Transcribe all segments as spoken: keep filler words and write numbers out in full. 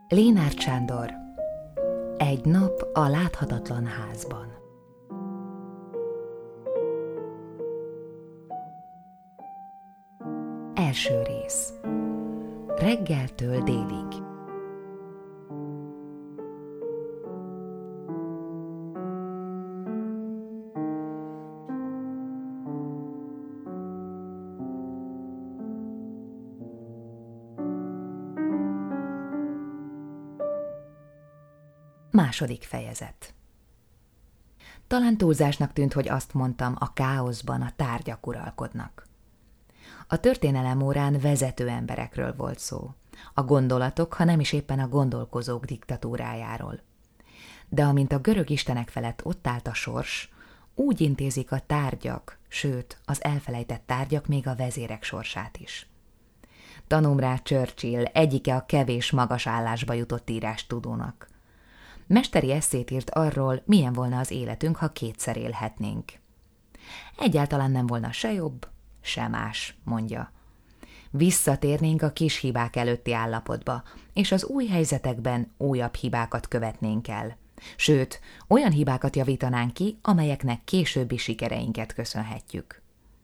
Lénárd Sándor. Egy nap a láthatatlan házban. Első rész. Reggeltől délig. Második fejezet. Talán túlzásnak tűnt, hogy azt mondtam, a káoszban a tárgyak uralkodnak. A történelem órán vezető emberekről volt szó, a gondolatok, ha nem is éppen a gondolkozók diktatúrájáról. De amint a görög istenek felett ott állt a sors, úgy intézik a tárgyak, sőt, az elfelejtett tárgyak még a vezérek sorsát is. Tanom rá Churchill, egyike a kevés magas állásba jutott írástudónak. Mesteri esszét írt arról, milyen volna az életünk, ha kétszer élhetnénk. Egyáltalán nem volna se jobb, se más, mondja. Visszatérnénk a kis hibák előtti állapotba, és az új helyzetekben újabb hibákat követnénk el. Sőt, olyan hibákat javítanánk ki, amelyeknek későbbi sikereinket köszönhetjük.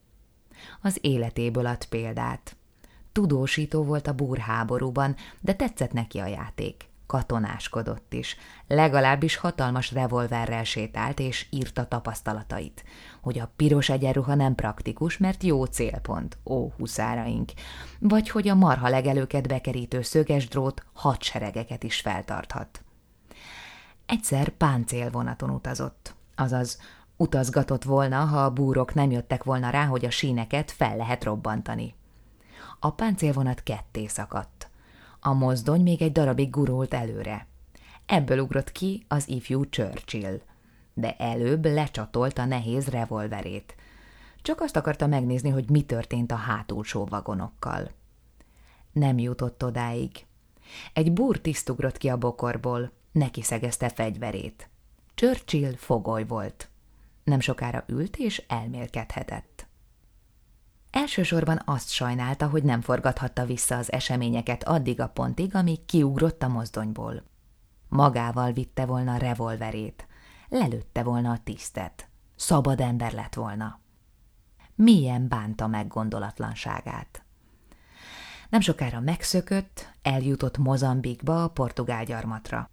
Az életéből ad példát. Tudósító volt a búrháborúban, de tetszett neki a játék. Katonáskodott is, legalábbis hatalmas revolverrel sétált és írta tapasztalatait, hogy a piros egyenruha nem praktikus, mert jó célpont, ó huszáraink, vagy hogy a marha legelőket bekerítő szöges drót hadseregeket is feltarthat. Egyszer páncélvonaton utazott, azaz utazgatott volna, ha a búrok nem jöttek volna rá, hogy a síneket fel lehet robbantani. A páncélvonat ketté szakadt. A mozdony még egy darabig gurult előre. Ebből ugrott ki az ifjú Churchill, de előbb lecsatolt a nehéz revolverét. Csak azt akarta megnézni, hogy mi történt a hátulsó vagonokkal. Nem jutott odáig. Egy búrtiszt ugrott ki a bokorból, neki szegezte fegyverét. Churchill fogoly volt. Nem sokára ült és elmélkedhetett. Elsősorban azt sajnálta, hogy nem forgathatta vissza az eseményeket addig a pontig, amíg kiugrott a mozdonyból. Magával vitte volna a revolverét, lelőtte volna a tisztet, szabad ember lett volna. Mélyen bánta meg gondolatlanságát. Nem sokára megszökött, eljutott Mozambikba, a portugál gyarmatra.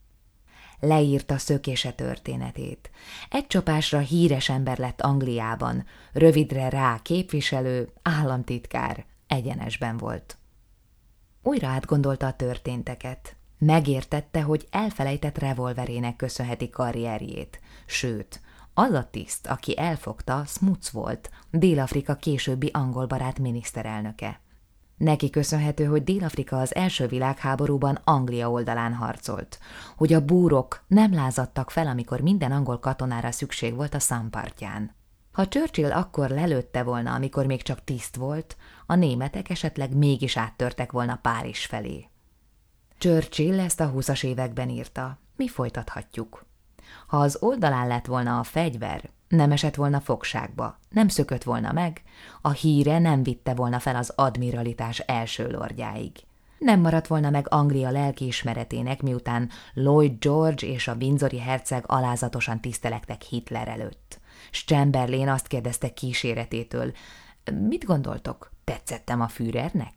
Leírta szökése történetét. Egy csapásra híres ember lett Angliában, rövidre rá képviselő, államtitkár, egyenesben volt. Újra átgondolta a történteket. Megértette, hogy elfelejtett revolverének köszönheti karrierjét. Sőt, az a tiszt, aki elfogta, Smuts volt, Dél-Afrika későbbi angol barát miniszterelnöke. Neki köszönhető, hogy Dél-Afrika az első világháborúban Anglia oldalán harcolt, hogy a búrok nem lázadtak fel, amikor minden angol katonára szükség volt a Somme partján. Ha Churchill akkor lelőtte volna, amikor még csak tiszt volt, a németek esetleg mégis áttörtek volna Párizs felé. Churchill ezt a húszas években írta, mi folytathatjuk. Ha az oldalán lett volna a fegyver, nem esett volna fogságba, nem szökött volna meg, a híre nem vitte volna fel az admiralitás első lordjáig. Nem maradt volna meg Anglia lelkiismeretének, miután Lloyd George és a windsori herceg alázatosan tisztelektek Hitler előtt. Chamberlain azt kérdezte kíséretétől, mit gondoltok, tetszettem a Führernek?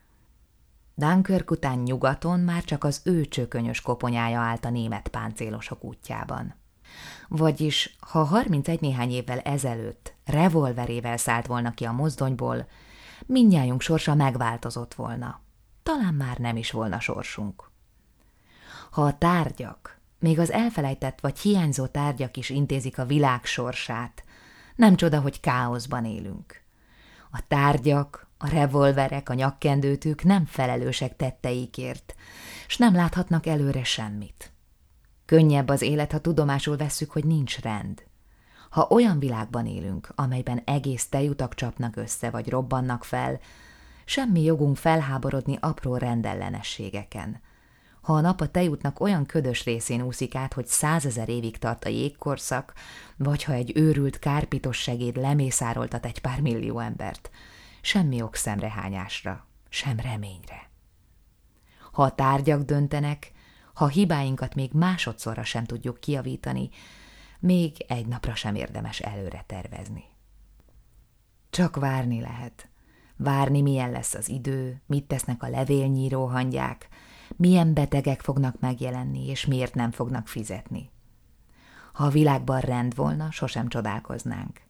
Dunkirk után nyugaton már csak az ő csökönyös koponyája állt a német páncélosok útjában. Vagyis, ha harmincegy néhány évvel ezelőtt revolverével szállt volna ki a mozdonyból, mindnyájunk sorsa megváltozott volna. Talán már nem is volna sorsunk. Ha a tárgyak, még az elfelejtett vagy hiányzó tárgyak is intézik a világ sorsát, nem csoda, hogy káoszban élünk. A tárgyak, a revolverek, a nyakkendőtűk nem felelősek tetteikért, s nem láthatnak előre semmit. Könnyebb az élet, ha tudomásul vesszük, hogy nincs rend. Ha olyan világban élünk, amelyben egész tejutak csapnak össze vagy robbannak fel, semmi jogunk felháborodni apró rendellenességeken. Ha a nap a tejútnak olyan ködös részén úszik át, hogy százezer évig tart a jégkorszak, vagy ha egy őrült kárpitos segéd lemészároltat egy pár millió embert, semmi ok szemrehányásra, sem reményre. ha a tárgyak döntenek, ha hibáinkat még másodszorra sem tudjuk kijavítani, még egy napra sem érdemes előre tervezni. Csak várni lehet. Várni, milyen lesz az idő, mit tesznek a levélnyíró hangyák, milyen betegek fognak megjelenni, és miért nem fognak fizetni. Ha a világban rend volna, sosem csodálkoznánk.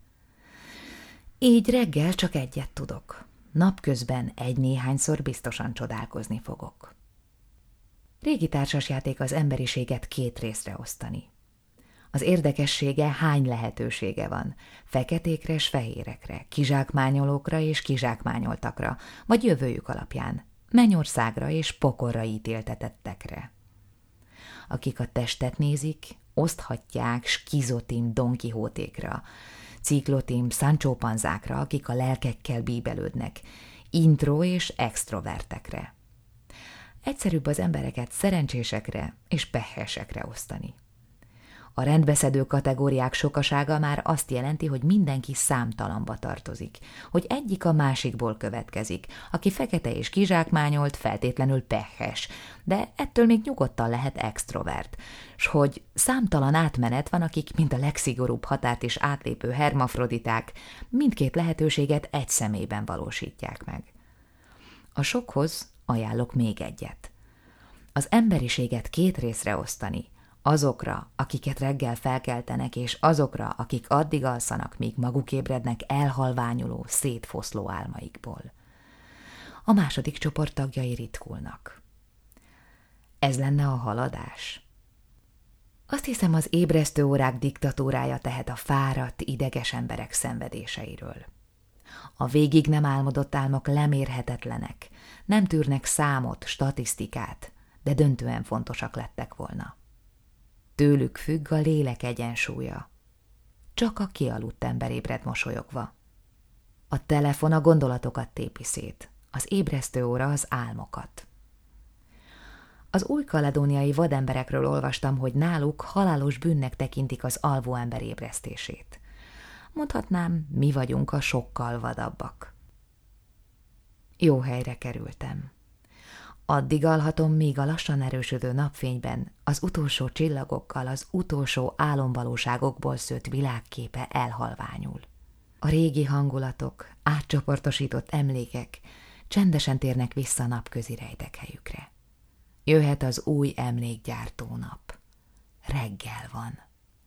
Így reggel csak egyet tudok. Napközben egy-néhányszor biztosan csodálkozni fogok. Régi társasjáték az emberiséget két részre osztani. Az érdekessége, hány lehetősége van, feketékre és fehérekre, kizsákmányolókra és kizsákmányoltakra, vagy jövőjük alapján, mennyországra és pokorra ítéltetettekre. Akik a testet nézik, oszthatják skizotim Don Quixotékra, ciklotim Sancho Panzákra, akik a lelkekkel bíbelődnek, intro és extrovertekre. Egyszerűbb az embereket szerencsésekre és pehesekre osztani. A rendbeszedő kategóriák sokasága már azt jelenti, hogy mindenki számtalanba tartozik, hogy egyik a másikból következik, aki fekete és kizsákmányolt, feltétlenül pehes, de ettől még nyugodtan lehet extrovert, s hogy számtalan átmenet van, akik, mint a legszigorúbb határt is átlépő hermafroditák, mindkét lehetőséget egy személyben valósítják meg. A sokhoz ajánlok még egyet. Az emberiséget két részre osztani, azokra, akiket reggel felkeltenek, és azokra, akik addig alszanak, míg maguk ébrednek elhalványuló, szétfoszló álmaikból. A második csoport tagjai ritkulnak. Ez lenne a haladás? Azt hiszem, az ébresztő órák diktatúrája tehet a fáradt, ideges emberek szenvedéseiről. A végig nem álmodott álmok lemérhetetlenek, nem tűrnek számot, statisztikát, de döntően fontosak lettek volna. Tőlük függ a lélek egyensúlya. Csak a kialudt ember ébred mosolyogva. A telefon a gondolatokat tépi szét, az ébresztő óra az álmokat. Az új-kaledóniai vademberekről olvastam, hogy náluk halálos bűnnek tekintik az alvó ember ébresztését. Mondhatnám, mi vagyunk a sokkal vadabbak. Jó helyre kerültem. Addig alhatom, míg a lassan erősödő napfényben az utolsó csillagokkal, az utolsó álomvalóságokból szőtt világképe elhalványul. A régi hangulatok, átcsoportosított emlékek csendesen térnek vissza napközi rejtekhelyükre. Jöhet az új emlékgyártó nap. Reggel van.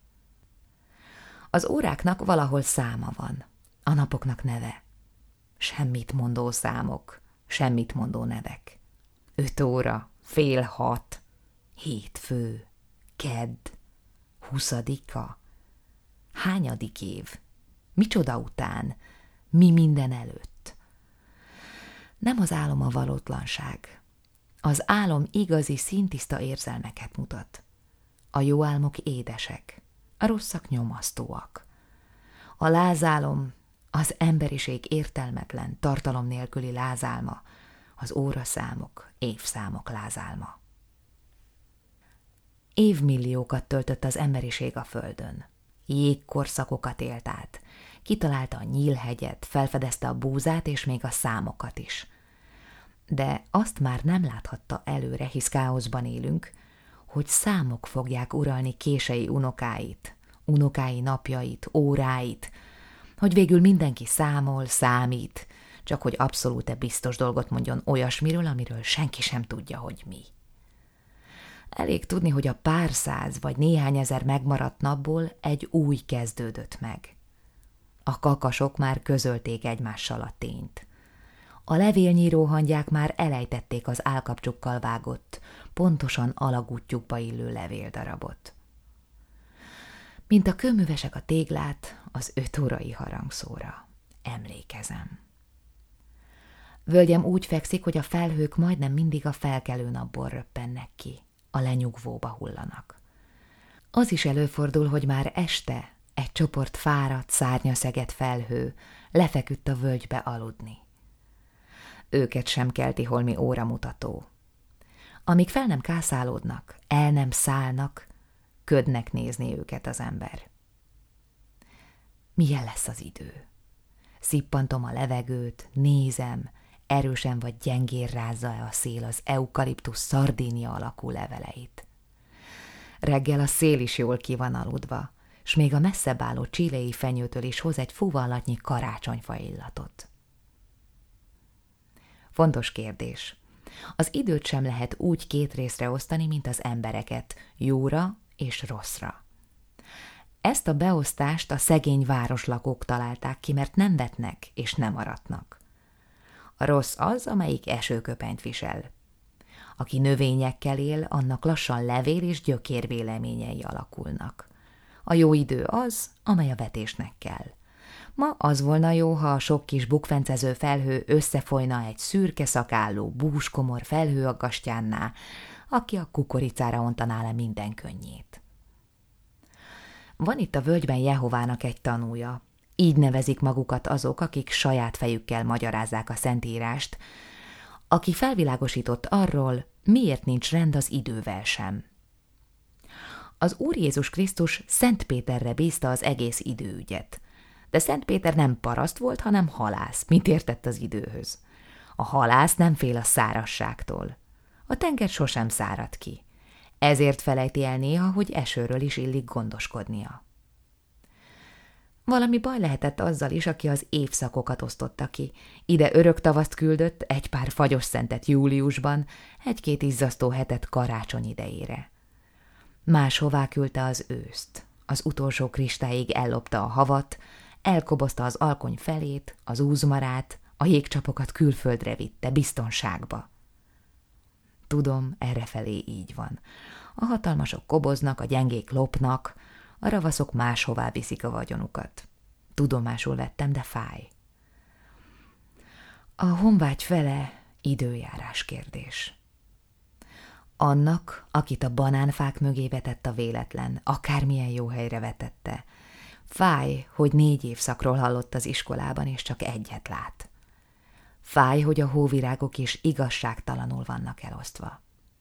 Az óráknak valahol száma van, a napoknak neve. Semmit mondó számok, semmit mondó nevek. Öt óra, fél hat, hétfő, kedd, huszadika, hányadik év, micsoda után, mi minden előtt. Nem az álom a valótlanság. Az álom igazi, színtiszta érzelmeket mutat. A jó álmok édesek, a rosszak nyomasztóak. A lázálom az emberiség értelmetlen, tartalom nélküli lázálma, az óraszámok, évszámok lázálma. Évmilliókat töltött az emberiség a földön. Jégkorszakokat élt át. Kitalálta a Nyílhegyet, felfedezte a búzát és még a számokat is. De azt már nem láthatta előre, hisz káoszban élünk, hogy számok fogják uralni kései unokáit, unokái napjait, óráit, hogy végül mindenki számol, számít, csak hogy abszolút biztos dolgot mondjon olyasmiről, amiről senki sem tudja, hogy mi. Elég tudni, hogy a pár száz vagy néhány ezer megmaradt napból egy új kezdődött meg. A kakasok már közölték egymással a tényt. A levélnyíró hangyák már elejtették az állkapcsukkal vágott, pontosan alagútjukba illő levéldarabot. Mint a kőművesek a téglát, az öt órai harangszóra. Emlékezem. Völgyem úgy fekszik, hogy a felhők majdnem mindig a felkelő napból röppennek ki, a lenyugvóba hullanak. Az is előfordul, hogy már este egy csoport fáradt, szárnyaszegett felhő lefeküdt a völgybe aludni. Őket sem kelti holmi óramutató. Amíg fel nem kászálódnak, el nem szállnak, ködnek nézni őket az ember. Milyen lesz az idő? Szippantom a levegőt, nézem, erősen vagy gyengén rázza-e a szél az eukaliptusz Szardínia alakú leveleit. Reggel a szél is jól ki van aludva, s még a messzebb álló chilei fenyőtől is hoz egy fuvallatnyi karácsonyfa illatot. Fontos kérdés. Az időt sem lehet úgy két részre osztani, mint az embereket, jóra és rosszra. Ezt a beosztást a szegény városlakók találták ki, mert nem vetnek és nem aratnak. A rossz az, amelyik esőköpenyt visel. Aki növényekkel él, annak lassan levél és gyökér véleményei alakulnak. A jó idő az, amely a vetésnek kell. Ma az volna jó, ha a sok kis bukfencező felhő összefolyna egy szürke szakállú, búskomor felhőaggastyánná, aki a kukoricára ontaná le minden könnyét. Van itt a völgyben Jehovának egy tanúja. Így nevezik magukat azok, akik saját fejükkel magyarázzák a Szentírást, aki felvilágosított arról, miért nincs rend az idővel sem. Az Úr Jézus Krisztus Szent Péterre bízta az egész időügyet. De Szent Péter nem paraszt volt, hanem halász, mint értett az időhöz. A halász nem fél a szárazságtól. A tenger sosem szárad ki. Ezért felejti el néha, hogy esőről is illik gondoskodnia. Valami baj lehetett azzal is, aki az évszakokat osztotta ki. Ide örök tavaszt küldött, egy pár fagyos szentet júliusban, egy-két izzasztó hetet karácsony idejére. Máshová küldte az őszt. Az utolsó kristályig ellopta a havat, elkobozta az alkony felét, az úzmarát, a jégcsapokat külföldre vitte, biztonságba. Tudom, errefelé így van. A hatalmasok koboznak, a gyengék lopnak, a ravaszok máshová viszik a vagyonukat. Tudomásul vettem, de fáj. A honvágy fele időjárás kérdés. Annak, akit a banánfák mögé vetett a véletlen, akármilyen jó helyre vetette, fáj, hogy négy évszakról hallott az iskolában, és csak egyet lát. Fáj, hogy a hóvirágok is igazságtalanul vannak elosztva.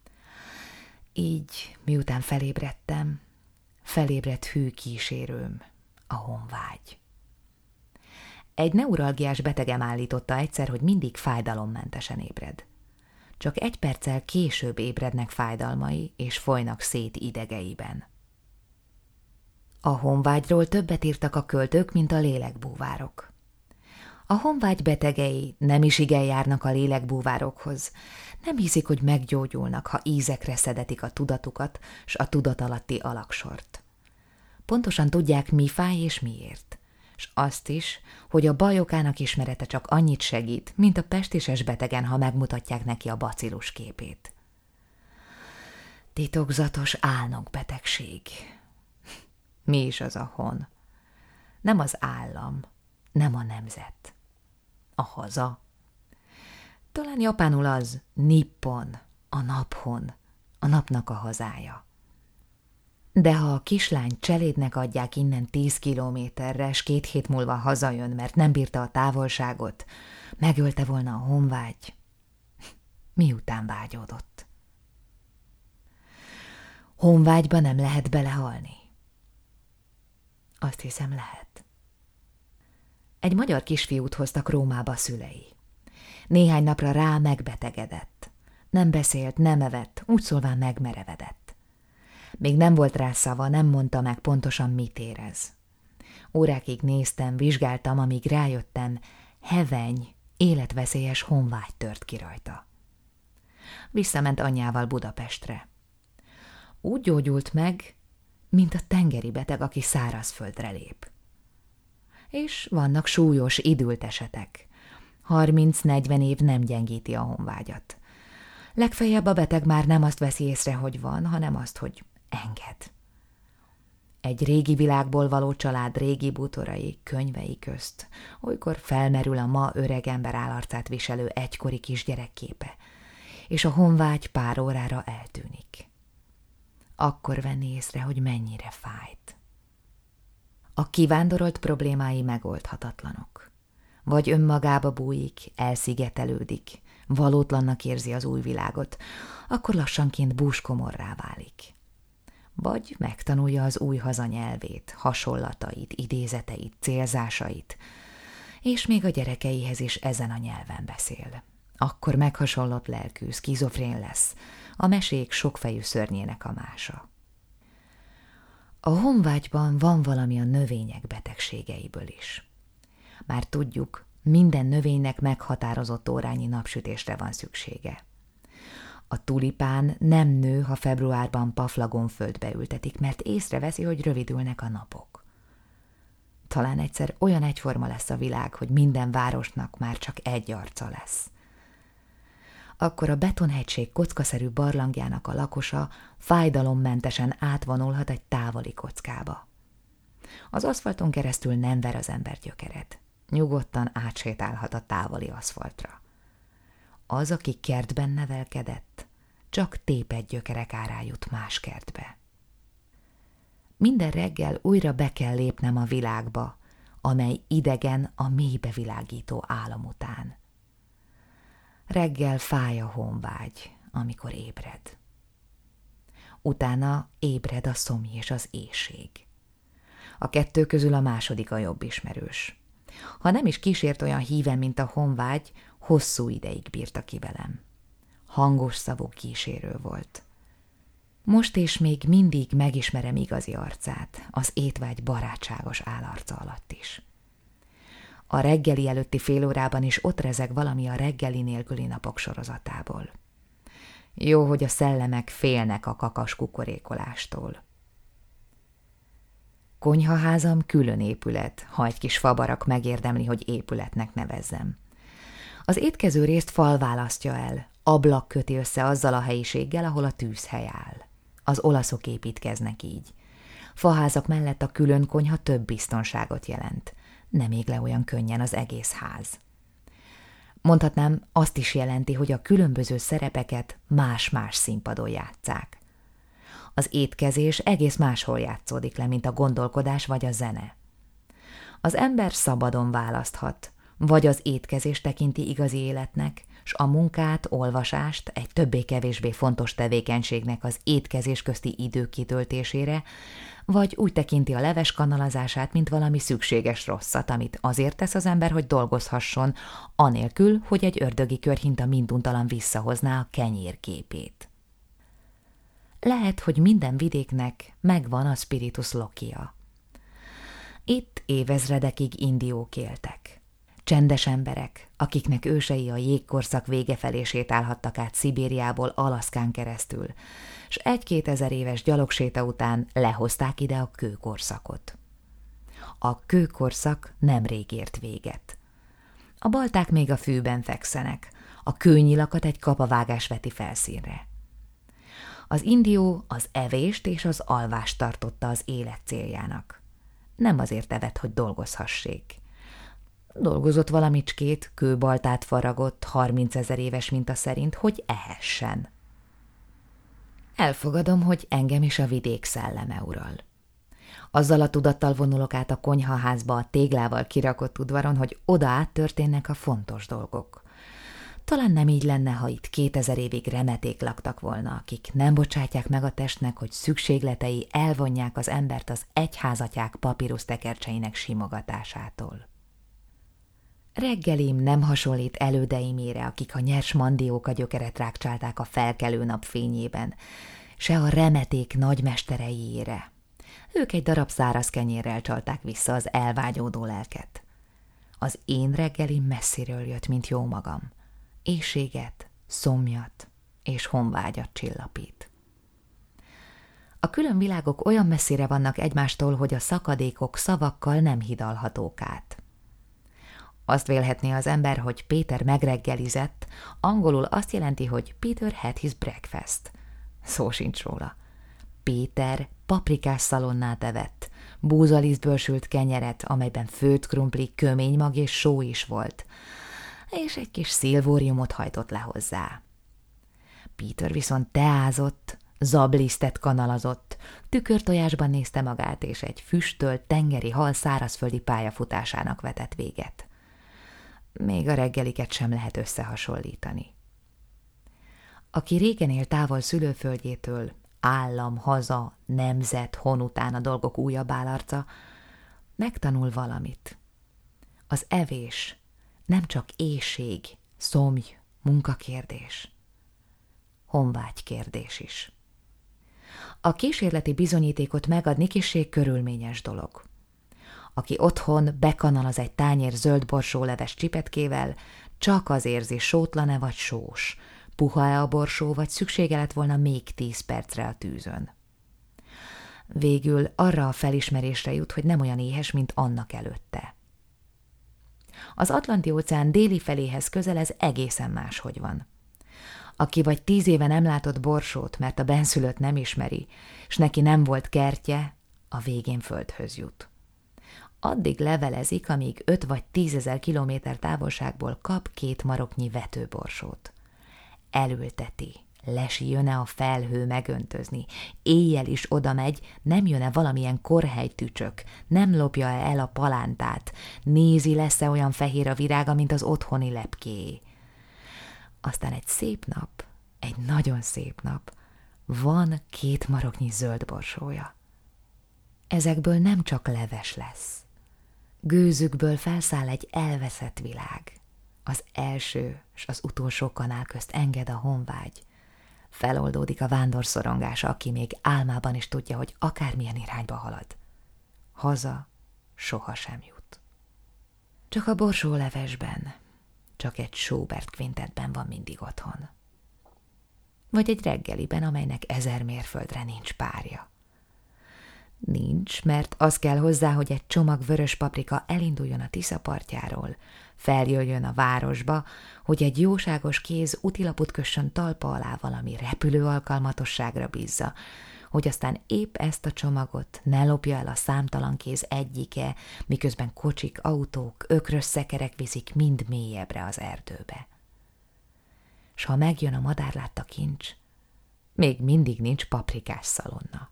Így, miután felébredtem, felébredt hű kísérőm, a honvágy. Egy neuralgiás betegem állította egyszer, hogy mindig fájdalommentesen ébred. Csak egy perccel később ébrednek fájdalmai, és folynak szét idegeiben. A honvágyról többet írtak a költők, mint a lélekbúvárok. A honvágy betegei nem is igen járnak a lélekbúvárokhoz. Nem hiszik, hogy meggyógyulnak, ha ízekre szedetik a tudatukat, s a tudatalatti alaksort. Pontosan tudják, mi fáj és miért. S azt is, hogy a baj okának ismerete csak annyit segít, mint a pestises betegen, ha megmutatják neki a bacillus képét. Titokzatos álnokbetegség. Mi is az a hon? Nem az állam, nem a nemzet. A haza. Talán japánul az nippon, a naphon, a napnak a hazája. De ha a kislány cselédnek adják innen tíz kilométerre, s két hét múlva hazajön, mert nem bírta a távolságot, megölte volna a honvágy, miután vágyódott. Honvágyba nem lehet belehalni. Azt hiszem, lehet. Egy magyar kisfiút hoztak Rómába szülei. Néhány napra rá megbetegedett. Nem beszélt, nem evett, úgy szólván megmerevedett. Még nem volt rá szava, nem mondta meg pontosan, mit érez. Órákig néztem, vizsgáltam, amíg rájöttem, heveny, életveszélyes honvágy tört ki rajta. Visszament anyjával Budapestre. Úgy gyógyult meg, mint a tengeri beteg, aki szárazföldre lép. És vannak súlyos, idült esetek. harminc-negyven év nem gyengíti a honvágyat. Legfeljebb a beteg már nem azt veszi észre, hogy van, hanem azt, hogy enged. Egy régi világból való család régi bútorai, könyvei közt, olykor felmerül a ma öreg ember állarcát viselő egykori kisgyerek képe, és a honvágy pár órára eltűnik. Akkor venni észre, hogy mennyire fájt. A kivándorolt problémái megoldhatatlanok. Vagy önmagába bújik, elszigetelődik, valótlannak érzi az új világot, akkor lassanként búskomorrá válik. Vagy megtanulja az új haza nyelvét, hasonlatait, idézeteit, célzásait, és még a gyerekeihez is ezen a nyelven beszél. akkor meghasonlott lelkű, szkizofrén lesz, a mesék sokfejű szörnyének a mása. A honvágyban van valami a növények betegségeiből is. Már tudjuk, minden növénynek meghatározott órányi napsütésre van szüksége. A tulipán nem nő, ha februárban paflagon földbe ültetik, mert észreveszi, hogy rövidülnek a napok. Talán egyszer olyan egyforma lesz a világ, hogy minden városnak már csak egy arca lesz. Akkor a betonhegység kockaszerű barlangjának a lakosa fájdalommentesen átvonulhat egy távoli kockába. Az aszfalton keresztül nem ver az ember gyökeret. Nyugodtan átsétálhat a távoli aszfaltra. Az, aki kertben nevelkedett, csak tépett gyökerek árán jut más kertbe. Minden reggel újra be kell lépnem a világba, amely idegen a mélybe világító álom után. Reggel fáj a honvágy, amikor ébred. Utána ébred a szomj és az éhség. A kettő közül a második a jobb ismerős. Ha nem is kísért olyan híven, mint a honvágy, hosszú ideig bírta ki velem. Hangos szavú kísérő volt. Most és még mindig megismerem igazi arcát, az étvágy barátságos állarca alatt is. A reggeli előtti fél órában is ott rezeg valami a reggeli nélküli napok sorozatából. Jó, hogy a szellemek félnek a kakas kukorékolástól. Konyhaházam külön épület, ha egy kis fabarak megérdemli, hogy épületnek nevezzem. Az étkező részt fal választja el, ablak köti össze azzal a helyiséggel, ahol a tűzhely áll. Az olaszok építkeznek így. Faházak mellett a külön konyha több biztonságot jelent. Nem ég le olyan könnyen az egész ház. Mondhatnám, azt is jelenti, hogy a különböző szerepeket más-más színpadon játsszák. Az étkezés egész máshol játszódik le, mint a gondolkodás vagy a zene. Az ember szabadon választhat, vagy az étkezés tekinti igazi életnek, s a munkát, olvasást egy többé-kevésbé fontos tevékenységnek az étkezés közti idők kitöltésére, vagy úgy tekinti a leves kanalazását, mint valami szükséges rosszat, amit azért tesz az ember, hogy dolgozhasson, anélkül, hogy egy ördögi körhinta minduntalan visszahozná a kenyér képét. Lehet, hogy minden vidéknek megvan a spiritus locia. Itt évezredekig indiók éltek. Csendes emberek, akiknek ősei a jégkorszak vége felé sétálhattak át Szibériából Alaszkán keresztül, s egy-két ezer éves gyalogséta után lehozták ide a kőkorszakot. A kőkorszak nemrég ért véget. A balták még a fűben fekszenek, a kőnyilakat egy kapavágás veti felszínre. Az indió az evést és az alvást tartotta az élet céljának. Nem azért evett, hogy dolgozhassék. Dolgozott valamicskét, kőbaltát faragott, harmincezer éves minta szerint, hogy ehessen. Elfogadom, hogy engem is a vidék szelleme ural. Azzal a tudattal vonulok át a konyhaházba a téglával kirakott udvaron, hogy oda át történnek a fontos dolgok. Talán nem így lenne, ha itt kétezer évig remeték laktak volna, akik nem bocsátják meg a testnek, hogy szükségletei elvonják az embert az egyházatyák papírusztekercseinek simogatásától. Reggelim nem hasonlít elődeimére, akik a nyers mandióka gyökeret rákcsálták a felkelő nap fényében, se a remeték nagymestereiére. Ők egy darab száraz kenyérrel csalták vissza az elvágyódó lelket. Az én reggelim messziről jött, mint jó magam. Éhséget, szomjat és honvágyat csillapít. A külön világok olyan messzire vannak egymástól, hogy a szakadékok szavakkal nem hidalhatók át. Azt vélhetné az ember, hogy Péter megreggelizett, angolul azt jelenti, hogy Peter had his breakfast. Szó sincs róla. Péter paprikás szalonnát evett, búzalisztből sült kenyeret, amelyben főtt krumpli, köménymag és só is volt, és egy kis szilvóriumot hajtott le hozzá. Peter viszont teázott, zablisztet kanalazott, tükörtojásban nézte magát, és egy füstölt tengeri hal szárazföldi pályafutásának vetett véget. Még a reggeliket sem lehet összehasonlítani. Aki régen él távol szülőföldjétől, állam, haza, nemzet, hon után a dolgok újabb állarca, megtanul valamit. Az evés nem csak éhség, szomj, munkakérdés, honvágy kérdés is. A kísérleti bizonyítékot megadni kissé körülményes dolog. Aki otthon bekanalaz egy tányér zöld borsóleves csipetkével, csak az érzi, sótlan-e vagy sós, puha-e a borsó, vagy szüksége lett volna még tíz percre a tűzön. Végül arra a felismerésre jut, hogy nem olyan éhes, mint annak előtte. Az Atlanti-óceán déli feléhez közel ez egészen máshogy van. Aki vagy tíz éve nem látott borsót, mert a benszülött nem ismeri, s neki nem volt kertje, a végén földhöz jut. Addig levelezik, amíg öt vagy tízezer kilométer távolságból kap két maroknyi vetőborsót. Elülteti, lesi, jön-e a felhő megöntözni, éjjel is oda megy, nem jön-e valamilyen korhelytücsök, nem lopja-e el a palántát, nézi, lesz-e olyan fehér a virága, mint az otthoni lepkéé. Aztán egy szép nap, egy nagyon szép nap, van két maroknyi zöld borsója. Ezekből nem csak leves lesz. Gőzükből felszáll egy elveszett világ. Az első és az utolsó kanál közt enged a honvágy. Feloldódik a vándorszorongás, aki még álmában is tudja, hogy akármilyen irányba halad. Haza sohasem jut. Csak a borsólevesben, csak egy Schubert kvintettben van mindig otthon. Vagy egy reggeliben, amelynek ezer mérföldre nincs párja. Nincs, mert az kell hozzá, hogy egy csomag vörös paprika elinduljon a Tisza partjáról, feljöjjön a városba, hogy egy jóságos kéz útilapot kössön talpa alá valami repülő alkalmatosságra bízza, hogy aztán épp ezt a csomagot ne lopja el a számtalan kéz egyike, miközben kocsik, autók, ökrös szekerek viszik mind mélyebbre az erdőbe. S ha megjön a madárlátta kincs, még mindig nincs paprikás szalonna.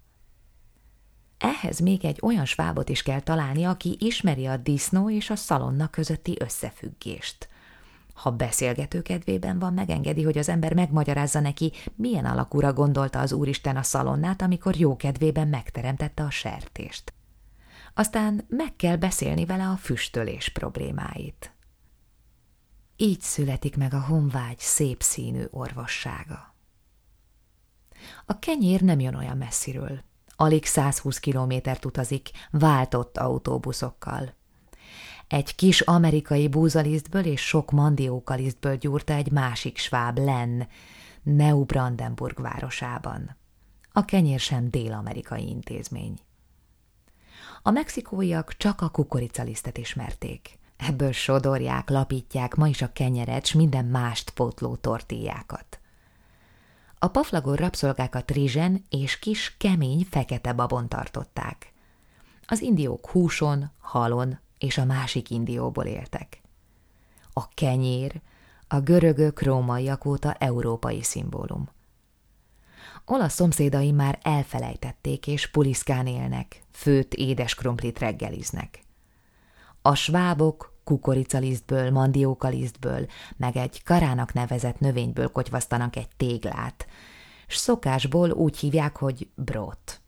Ehhez még egy olyan svábot is kell találni, aki ismeri a disznó és a szalonna közötti összefüggést. Ha beszélgető kedvében van, megengedi, hogy az ember megmagyarázza neki, milyen alakúra gondolta az Úristen a szalonnát, amikor jó kedvében megteremtette a sertést. Aztán meg kell beszélni vele a füstölés problémáit. Így születik meg a honvágy szép színű orvossága. A kenyér nem jön olyan messziről. Alig százhúsz kilométert utazik, váltott autóbuszokkal. Egy kis amerikai búzalisztből és sok mandiókalisztből gyúrta egy másik sváb, Len, Neubrandenburg városában. A kenyér sem dél-amerikai intézmény. A mexikóiak csak a kukoricalisztet ismerték. Ebből sodorják, lapítják ma is a kenyeret, s minden mást pótló tortillákat. A paflagon rabszolgákat rizsen és kis, kemény, fekete babon tartották. Az indiók húson, halon és a másik indióból éltek. A kenyér a görögök, rómaiak óta európai szimbólum. Olasz szomszédaim már elfelejtették, és puliszkán élnek, főtt édes krumplit reggeliznek. A svábok kukoricalisztből, mandiókalisztből, meg egy karának nevezett növényből kotyvasztanak egy téglát, s szokásból úgy hívják, hogy brot.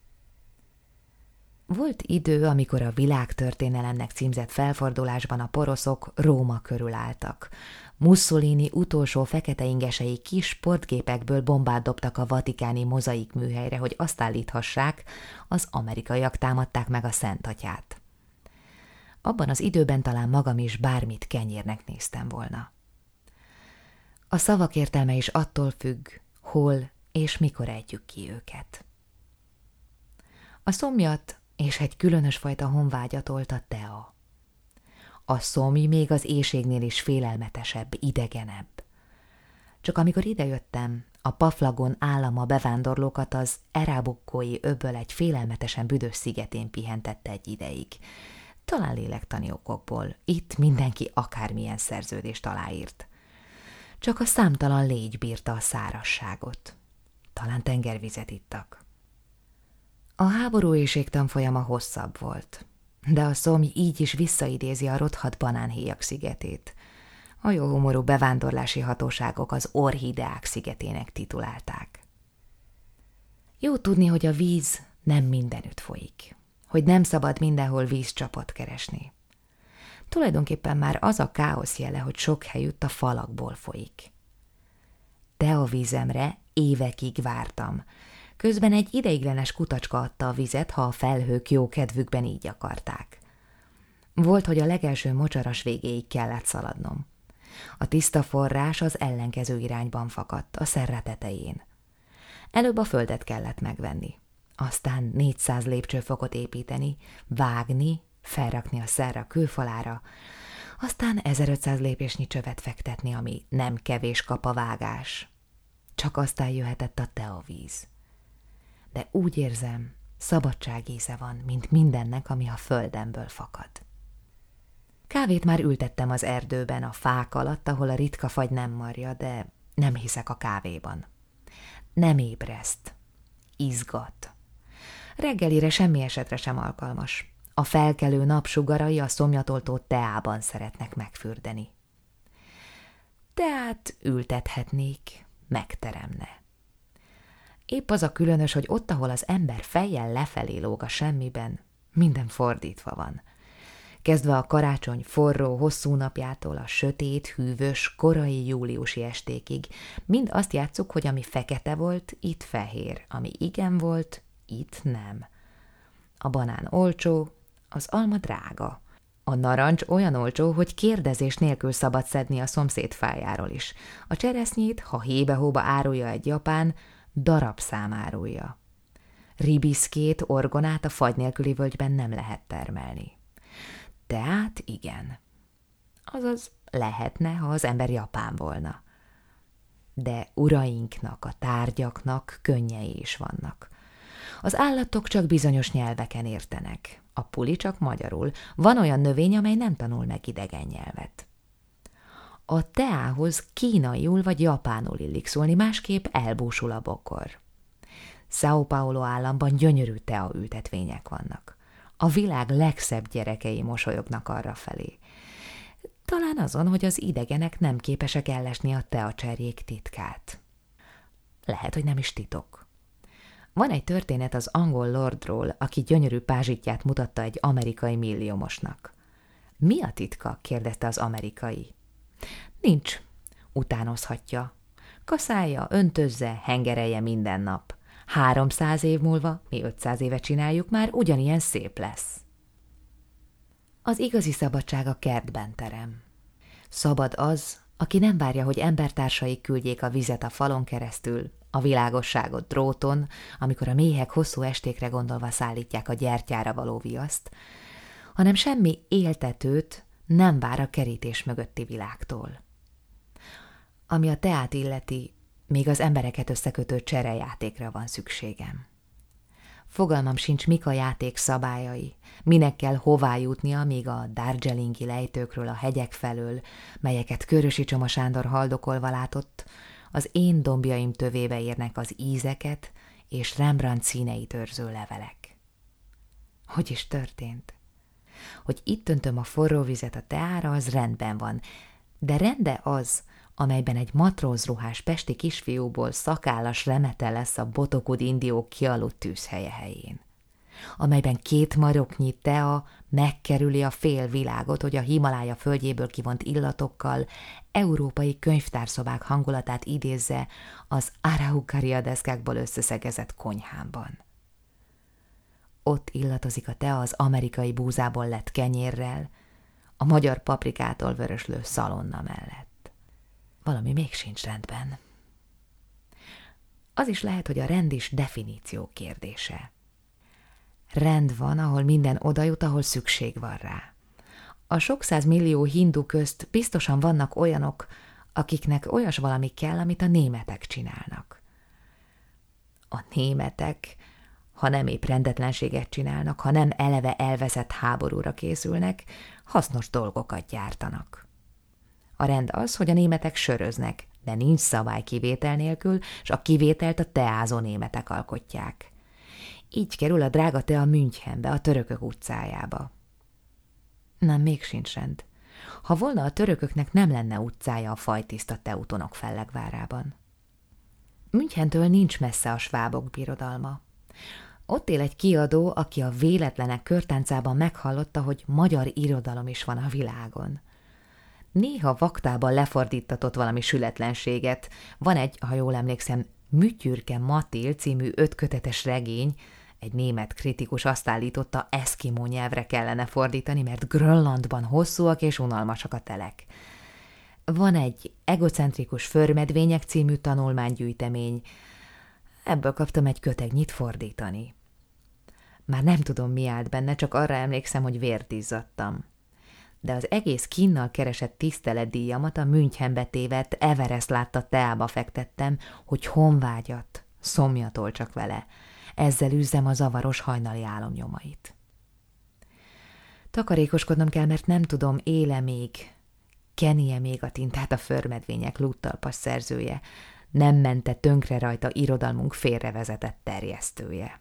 Volt idő, amikor a világtörténelemnek címzett felfordulásban a poroszok Róma körül álltak. Mussolini utolsó fekete ingesei kis sportgépekből bombát dobtak a vatikáni mozaik műhelyre, hogy azt állíthassák, az amerikaiak támadták meg a Szent Atyát. Abban az időben talán magam is bármit kenyérnek néztem volna. A szavak értelme is attól függ, hol és mikor ejtjük ki őket. A szomjat és egy különös fajta honvágyat olt a tea. A szomj még az éhségnél is félelmetesebb, idegenebb. Csak amikor idejöttem, a Paflagon állama bevándorlókat az Erabukkói öböl egy félelmetesen büdös szigetén pihentette egy ideig. Talán lélektani okokból, itt mindenki akármilyen szerződést aláírt. Csak a számtalan légy bírta a szárazságot. Talán tengervizet ittak. A háború éhségtanfolyama hosszabb volt, de a szomj így is visszaidézi a rothadt banánhéjak szigetét. A jó humorú bevándorlási hatóságok az orhideák szigetének titulálták. Jó tudni, hogy a víz nem mindenütt folyik, hogy nem szabad mindenhol vízcsapot keresni. Tulajdonképpen már az a káosz jele, hogy sok helyütt a falakból folyik. teavízemre évekig vártam. Közben egy ideiglenes kutacska adta a vizet, ha a felhők jó kedvükben így akarták. Volt, hogy a legelső mocsaras végéig kellett szaladnom. A tiszta forrás az ellenkező irányban fakadt, a szerra tetején. Előbb a földet kellett megvenni, aztán négyszáz lépcsőfokot építeni, vágni, felrakni a szerra kőfalára, aztán ezerötszáz lépésnyi csövet fektetni, ami nem kevés kapavágás. Csak aztán jöhetett a teavíz. De úgy érzem, szabadság íze van, mint mindennek, ami a földemből fakad. Kávét már ültettem az erdőben, a fák alatt, ahol a ritka fagy nem marja, de nem hiszek a kávéban. Nem ébreszt. Izgat. Reggelire semmi esetre sem alkalmas. A felkelő napsugarai a szomjatoltó teában szeretnek megfürdeni. Teát ültethetnék, megteremne. Épp az a különös, hogy ott, ahol az ember fejjel lefelé lóg a semmiben, minden fordítva van. Kezdve a karácsony forró, hosszú napjától a sötét, hűvös, korai júliusi estékig, mind azt játsszuk, hogy ami fekete volt, itt fehér, ami igen volt, itt nem. A banán olcsó, az alma drága. A narancs olyan olcsó, hogy kérdezés nélkül szabad szedni a szomszéd fájáról is. A cseresznyét, ha hébe-hóba árulja egy japán, darabszám árulja. Ribiszkét, orgonát a fagy nélküli völgyben nem lehet termelni. Tehát igen. Azaz lehetne, ha az ember japán volna. De urainknak, a tárgyaknak könnyei is vannak. Az állatok csak bizonyos nyelveken értenek. A puli csak magyarul. Van olyan növény, amely nem tanul meg idegen nyelvet. A teához kínaiul vagy japánul illik szólni, másképp elbúsul a bokor. São Paulo államban gyönyörű teaültetvények vannak. A világ legszebb gyerekei mosolyognak arrafelé. Talán azon, hogy az idegenek nem képesek ellesni a teacserjék titkát. Lehet, hogy nem is titok. Van egy történet az angol lordról, aki gyönyörű pázsitját mutatta egy amerikai milliómosnak. Mi a titka? Kérdezte az amerikai. Nincs. Utánozhatja. Kaszálja, öntözze, hengerelje minden nap. Háromszáz év múlva, mi ötszáz éve csináljuk, már ugyanilyen szép lesz. Az igazi szabadság a kertben terem. Szabad az, aki nem várja, hogy embertársai küldjék a vizet a falon keresztül, a világosságot dróton, amikor a méhek hosszú estékre gondolva szállítják a gyertyára való viaszt, hanem semmi éltetőt nem vár a kerítés mögötti világtól. Ami a teát illeti, még az embereket összekötő cserejátékra van szükségem. Fogalmam sincs, mik a játék szabályai, minek kell hová jutnia, míg a darjeelingi lejtőkről a hegyek felől, melyeket Körösi Csoma Sándor haldokolva látott, az én dombjaim tövébe érnek az ízeket és Rembrandt színeit őrző levelek. Hogy is történt? Hogy itt öntöm a forró vizet a teára, az rendben van, de rende az, amelyben egy matrózruhás pesti kisfiúból szakállas remete lesz a botokud indiók kialudt tűzhelye helyén. Amelyben két maroknyi tea megkerüli a fél világot, hogy a Himalája földjéből kivont illatokkal európai könyvtárszobák hangulatát idézze az Araucaria deszkákból összeszegezett konyhámban. Ott illatozik a tea az amerikai búzából lett kenyérrel, a magyar paprikától vöröslő szalonna mellett. Valami még sincs rendben. Az is lehet, hogy a rend is definíció kérdése. Rend van, ahol minden odajut, ahol szükség van rá. A sok százmillió hindu közt biztosan vannak olyanok, akiknek olyas valami kell, amit a németek csinálnak. A németek, ha nem épp rendetlenséget csinálnak, ha nem eleve elveszett háborúra készülnek, hasznos dolgokat gyártanak. A rend az, hogy a németek söröznek, de nincs szabály kivétel nélkül, és a kivételt a teázó németek alkotják. Így kerül a drága tea Münchenbe, a törökök utcájába. Nem, még sincs rend. Ha volna, a törököknek nem lenne utcája a fajtiszta teutonok fellegvárában. Münchentől nincs messze a svábok birodalma. Ott él egy kiadó, aki a véletlenek körtáncában meghallotta, hogy magyar irodalom is van a világon. Néha vaktában lefordítatott valami sületlenséget. Van egy, ha jól emlékszem, Mütyürke Matil című ötkötetes regény, egy német kritikus azt állította, eszkimó nyelvre kellene fordítani, mert Grönlandban hosszúak és unalmasak a telek. Van egy Egocentrikus förmedvények című tanulmánygyűjtemény, ebből kaptam egy kötegnyit fordítani. Már nem tudom, mi állt benne, csak arra emlékszem, hogy vért izzadtam. De az egész kínnal keresett tiszteletdíjamat a Münchenbe tévedt Everest látta teába fektettem, hogy honvágyat, szomjatol csak vele. Ezzel üzzem a zavaros hajnali álomnyomait. Takarékoskodnom kell, mert nem tudom, éle még, kenie még a tintát a förmedvények lúttalpas szerzője, nem mente tönkre rajta irodalmunk félrevezetett terjesztője.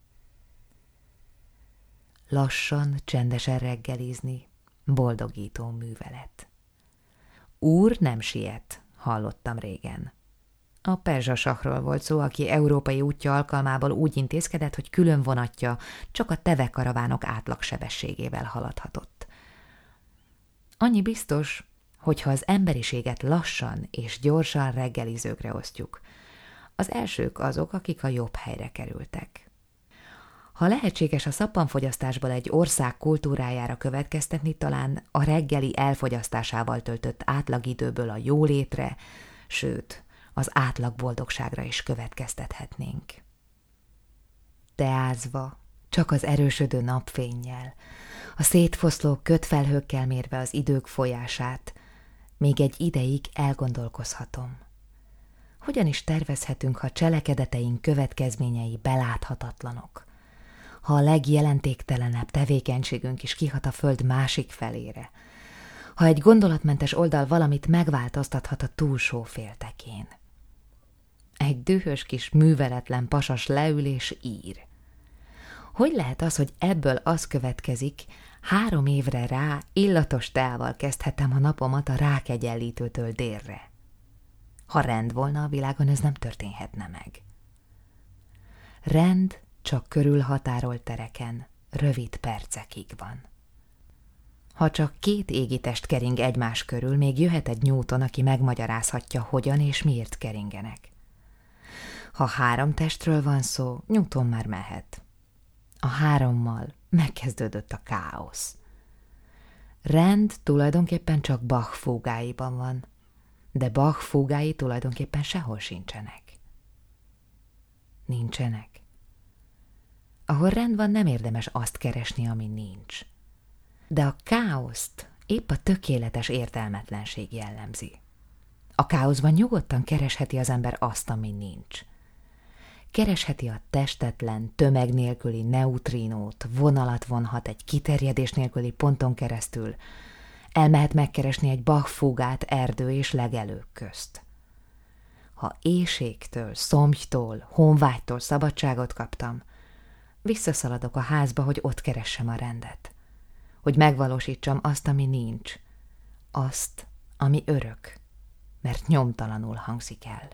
Lassan, csendesen reggelizni, boldogító művelet. Úr nem siet, hallottam régen. A perzsasakról volt szó, aki európai útja alkalmából úgy intézkedett, hogy külön vonatja csak a tevekaravánok átlagsebességével haladhatott. Annyi biztos, hogyha az emberiséget lassan és gyorsan reggelizőkre osztjuk, az elsők azok, akik a jobb helyre kerültek. Ha lehetséges a szappanfogyasztásból egy ország kultúrájára következtetni, talán a reggeli elfogyasztásával töltött átlagidőből a jólétre, sőt, az átlagboldogságra is következtethetnénk. Teázva, csak az erősödő napfénnyel, a szétfoszló kötfelhőkkel mérve az idők folyását, még egy ideig elgondolkozhatom. Hogyan is tervezhetünk, ha cselekedeteink következményei beláthatatlanok? Ha a legjelentéktelenebb tevékenységünk is kihat a föld másik felére, ha egy gondolatmentes oldal valamit megváltoztathat a túlsó féltekén. Egy dühös kis műveletlen pasas leül és ír. Hogy lehet az, hogy ebből az következik, három évre rá illatos teával kezdhetem a napomat a Rákegyenlítőtől délre? Ha rend volna a világon, ez nem történhetne meg. Rend csak körülhatárolt tereken, rövid percekig van. Ha csak két égitest kering egymás körül, még jöhet egy Newton, aki megmagyarázhatja, hogyan és miért keringenek. Ha három testről van szó, Newton már mehet. A hárommal megkezdődött a káosz. Rend tulajdonképpen csak Bach fúgáiban van, de Bach fúgái tulajdonképpen sehol sincsenek. Nincsenek. Ahol rend van, nem érdemes azt keresni, ami nincs. De a káoszt épp a tökéletes értelmetlenség jellemzi. A káoszban nyugodtan keresheti az ember azt, ami nincs. Keresheti a testetlen, tömeg nélküli neutrinót, vonalat vonhat egy kiterjedés nélküli ponton keresztül, elmehet megkeresni egy Bach fúgát erdő és legelők közt. Ha éhségtől, szomjtól, honvágytól szabadságot kaptam, visszaszaladok a házba, hogy ott keressem a rendet. Hogy megvalósítsam azt, ami nincs, azt, ami örök, mert nyomtalanul hangzik el.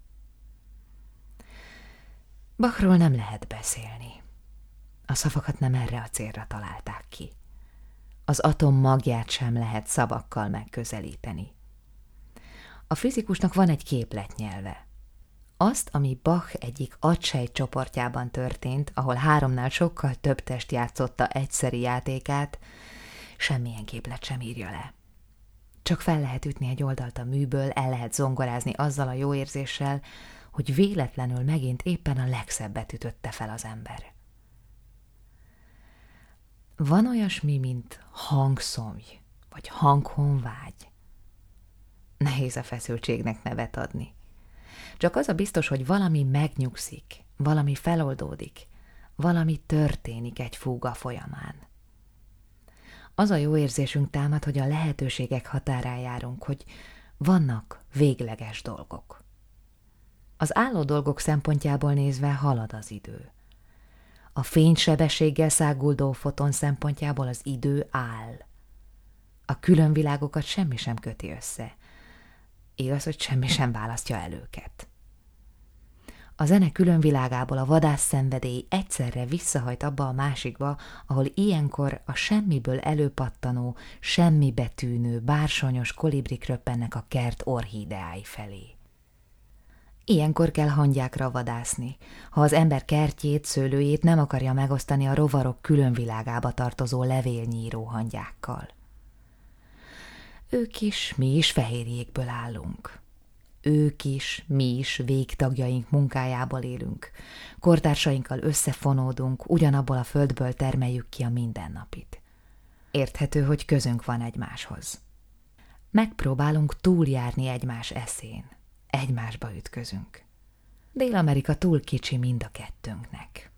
Bachról nem lehet beszélni. A szavakat nem erre a célra találták ki. Az atom magját sem lehet szavakkal megközelíteni. A fizikusnak van egy képletnyelve. Azt, ami Bach egyik agysejt csoportjában történt, ahol háromnál sokkal több test játszotta egyszeri játékát, semmilyen képlet sem írja le. Csak fel lehet ütni egy oldalt a műből, el lehet zongorázni azzal a jó érzéssel, hogy véletlenül megint éppen a legszebbet ütötte fel az ember. Van olyasmi, mint hangszomj, vagy hanghonvágy. Nehéz a feszültségnek nevet adni. Csak az a biztos, hogy valami megnyugszik, valami feloldódik, valami történik egy fúga folyamán. Az a jó érzésünk támad, hogy a lehetőségek határán járunk, hogy vannak végleges dolgok. Az álló dolgok szempontjából nézve halad az idő. A fénysebességgel száguldó foton szempontjából az idő áll. A különvilágokat semmi sem köti össze. Igaz, hogy semmi sem választja el őket. A zene különvilágából a vadászszenvedély egyszerre visszahajt abba a másikba, ahol ilyenkor a semmiből előpattanó, semmibe tűnő, bársonyos kolibrik röppennek a kert orchideái felé. Ilyenkor kell hangyákra vadászni, ha az ember kertjét, szőlőjét nem akarja megosztani a rovarok különvilágába tartozó levélnyíró hangyákkal. Ők is, mi is fehérjékből állunk. Ők is, mi is végtagjaink munkájából élünk. Kortársainkkal összefonódunk, ugyanabból a földből termeljük ki a mindennapit. Érthető, hogy közünk van egymáshoz. Megpróbálunk túljárni egymás eszén. Egymásba ütközünk. Dél-Amerika túl kicsi mind a kettőnknek.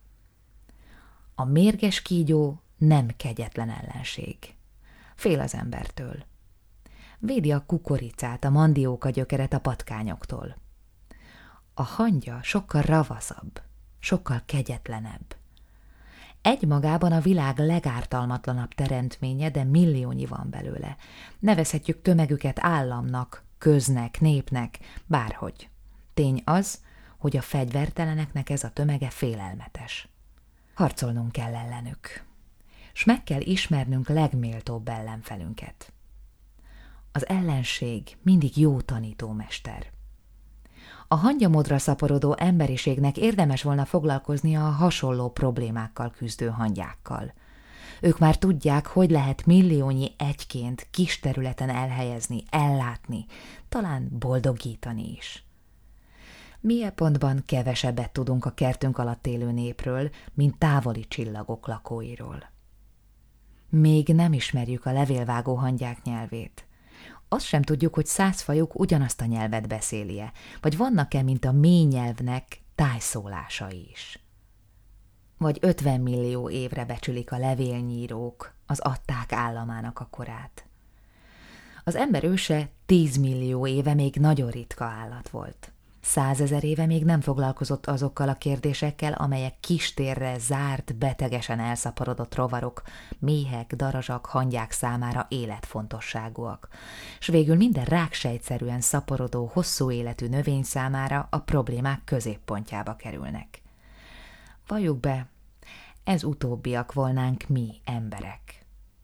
A mérges kígyó nem kegyetlen ellenség. Fél az embertől. Védi a kukoricát, a mandióka gyökeret a patkányoktól. A hangya sokkal ravaszabb, sokkal kegyetlenebb. Egymagában a világ legártalmatlanabb teremtménye, de milliónyi van belőle. Nevezhetjük tömegüket államnak, köznek, népnek, bárhogy. Tény az, hogy a fegyverteleneknek ez a tömege félelmetes. Harcolnunk kell ellenük, s meg kell ismernünk legméltóbb ellenfelünket. Az ellenség mindig jó tanítómester. A hangyamodra szaporodó emberiségnek érdemes volna foglalkoznia a hasonló problémákkal küzdő hangyákkal. Ők már tudják, hogy lehet milliónyi egyként kis területen elhelyezni, ellátni, talán boldogítani is. Mi e pontban kevesebbet tudunk a kertünk alatt élő népről, mint távoli csillagok lakóiról. Még nem ismerjük a levélvágó hangyák nyelvét. Azt sem tudjuk, hogy száz fajuk ugyanazt a nyelvet beszélie, vagy vannak-e, mint a mély nyelvnek, tájszólásai is. Vagy ötven millió évre becsülik a levélnyírók az atták államának a korát. Az ember őse tíz millió éve még nagyon ritka állat volt. Százezer éve még nem foglalkozott azokkal a kérdésekkel, amelyek kistérre zárt, betegesen elszaporodott rovarok, méhek, darazsak, hangyák számára életfontosságúak, s végül minden ráksejtszerűen szaporodó, hosszú életű növény számára a problémák középpontjába kerülnek. Valljuk be, ez utóbbiak volnánk mi, emberek.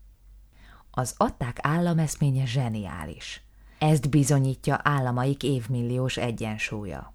Az atták állameszménye zseniális. Ezt bizonyítja államaik évmilliós egyensúlya.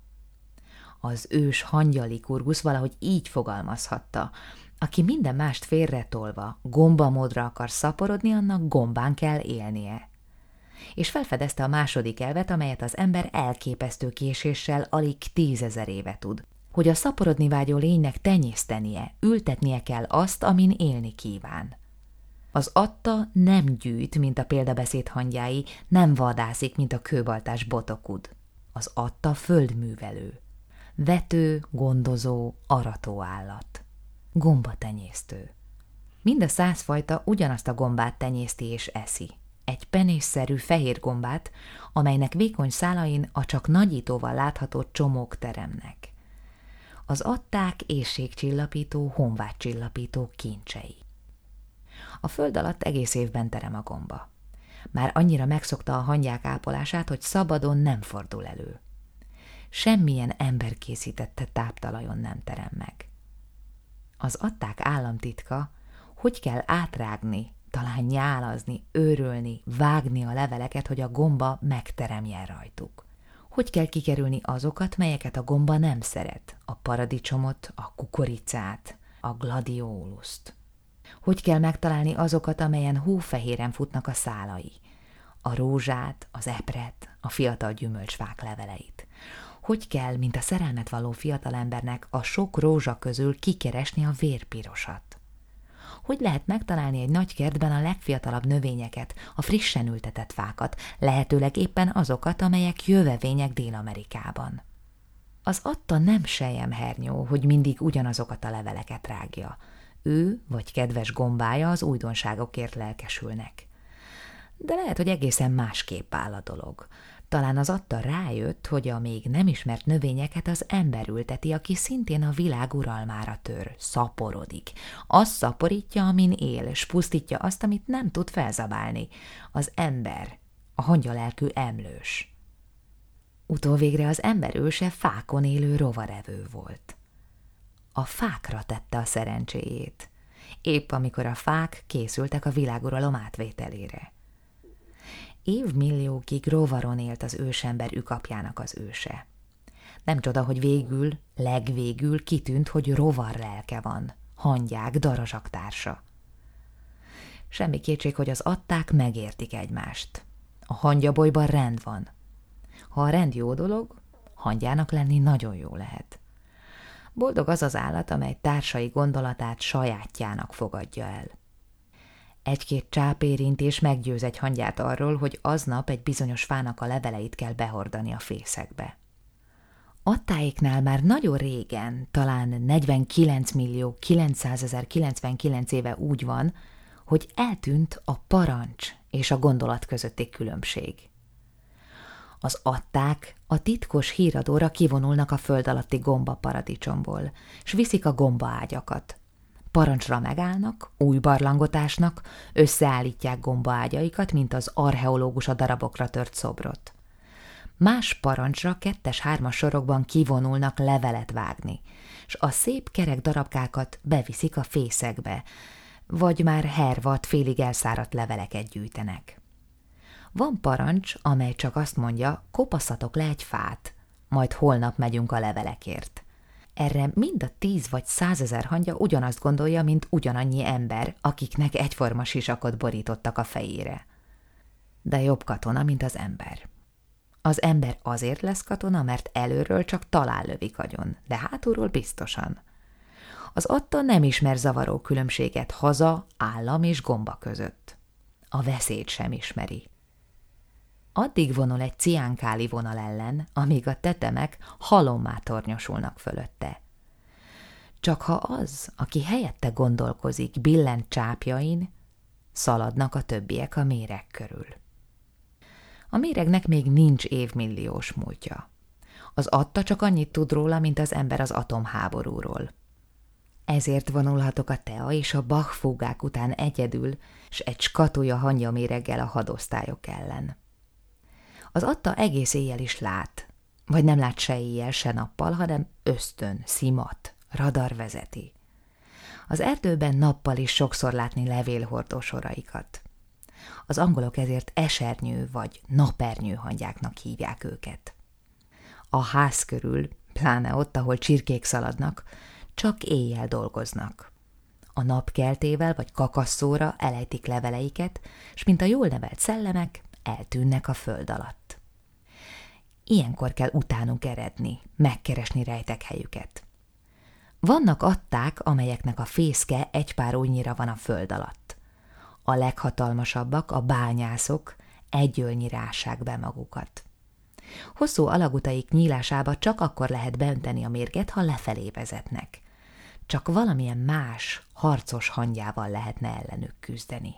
Az ős hangyalikurgusz valahogy így fogalmazhatta: aki minden mást félretolva gombamódra akar szaporodni, annak gombán kell élnie. És felfedezte a második elvet, amelyet az ember elképesztő késéssel alig tízezer éve tud, hogy a szaporodni vágyó lénynek tenyésztenie, ültetnie kell azt, amin élni kíván. Az atta nem gyűjt, mint a példabeszéd hangyái, nem vadászik, mint a kőbaltás botokud. Az atta földművelő, vető, gondozó, arató állat, gombatenyésztő. Mind a száz fajta ugyanazt a gombát tenyészti és eszi. Egy penésszerű fehér gombát, amelynek vékony szálain a csak nagyítóval látható csomók teremnek. Az atták éhségcsillapító, honvágycsillapító kincsei. A föld alatt egész évben terem a gomba. Már annyira megszokta a hangyák ápolását, hogy szabadon nem fordul elő. Semmilyen ember készítette táptalajon nem terem meg. Az atták államtitka, hogy kell átrágni, talán nyálazni, őrölni, vágni a leveleket, hogy a gomba megteremjen rajtuk. Hogy kell kikerülni azokat, melyeket a gomba nem szeret, a paradicsomot, a kukoricát, a gladioluszt. Hogy kell megtalálni azokat, amelyen hófehéren futnak a szálai, a rózsát, az epret, a fiatal gyümölcsfák leveleit. Hogy kell, mint a szerelmet valló fiatalembernek a sok rózsa közül kikeresni a vérpirosat. Hogy lehet megtalálni egy nagy kertben a legfiatalabb növényeket, a frissen ültetett fákat, lehetőleg éppen azokat, amelyek jövevények Dél-Amerikában. Az atta nem selyemhernyó, hogy mindig ugyanazokat a leveleket rágja. Ő vagy kedves gombája az újdonságokért lelkesülnek. De lehet, hogy egészen másképp áll a dolog. Talán az atta rájött, hogy a még nem ismert növényeket az ember ülteti, aki szintén a világ uralmára tör, szaporodik. Azt szaporítja, amin él, s pusztítja azt, amit nem tud felzabálni. Az ember, a hangyalelkű emlős. Utóvégre az ember őse fákon élő rovarevő volt. A fákra tette a szerencséjét, épp amikor a fák készültek a világuralom átvételére. Évmilliókig rovaron élt az ősember ükapjának az őse. Nem csoda, hogy végül, legvégül kitűnt, hogy rovar lelke van, hangyák, darazsak társa. Semmi kétség, hogy az atták megértik egymást. A hangyabolyban rend van. Ha a rend jó dolog, hangyának lenni nagyon jó lehet. Boldog az az állat, amely társai gondolatát sajátjának fogadja el. Egy-két csápérintés meggyőz egy hangyát arról, hogy aznap egy bizonyos fának a leveleit kell behordani a fészekbe. Attáiknál már nagyon régen, talán negyvenkilenc millió kilencszázezer kilencvenkilenc éve úgy van, hogy eltűnt a parancs és a gondolat közötti különbség. Az atták a titkos híradóra kivonulnak a föld alatti gomba paradicsomból, s viszik a gombaágyakat. Parancsra megállnak, új barlangotásnak, összeállítják gombaágyaikat, mint az archeológus a darabokra tört szobrot. Más parancsra kettes-hármas sorokban kivonulnak levelet vágni, s a szép kerek darabkákat beviszik a fészekbe, vagy már hervadt, félig elszáradt leveleket gyűjtenek. Van parancs, amely csak azt mondja, kopaszatok le egy fát, majd holnap megyünk a levelekért. Erre mind a tíz vagy százezer hangya ugyanazt gondolja, mint ugyanannyi ember, akiknek egyforma sisakot borítottak a fejére. De jobb katona, mint az ember. Az ember azért lesz katona, mert előről csak talállövik agyon, de hátulról biztosan. Az atta nem ismer zavaró különbséget haza, állam és gomba között. A veszélyt sem ismeri. Addig vonul egy ciánkáli vonal ellen, amíg a tetemek halommá tornyosulnak fölötte. Csak ha az, aki helyette gondolkozik, billent csápjain, szaladnak a többiek a méreg körül. A méregnek még nincs évmilliós múltja. Az atta csak annyit tud róla, mint az ember az atomháborúról. Ezért vonulhatok a tea és a Bach fúgák után egyedül, s egy skatúja hangya méreggel a hadosztályok ellen. Az atta egész éjjel is lát, vagy nem lát se éjjel, se nappal, hanem ösztön, szimat, radar vezeti. Az erdőben nappal is sokszor látni levélhordó soraikat. Az angolok ezért esernyő vagy napernyő hangyáknak hívják őket. A ház körül, pláne ott, ahol csirkék szaladnak, csak éjjel dolgoznak. A napkeltével vagy kakasszóra elejtik leveleiket, s mint a jól nevelt szellemek, eltűnnek a föld alatt. Ilyenkor kell utánuk eredni, megkeresni rejtek helyüket. Vannak atták, amelyeknek a fészke egy pár ujjnyira van a föld alatt. A leghatalmasabbak, a bányászok, egyölnyire ássák be magukat. Hosszú alagutaik nyílásába csak akkor lehet beönteni a mérget, ha lefelé vezetnek. Csak valamilyen más, harcos hangyával lehetne ellenük küzdeni.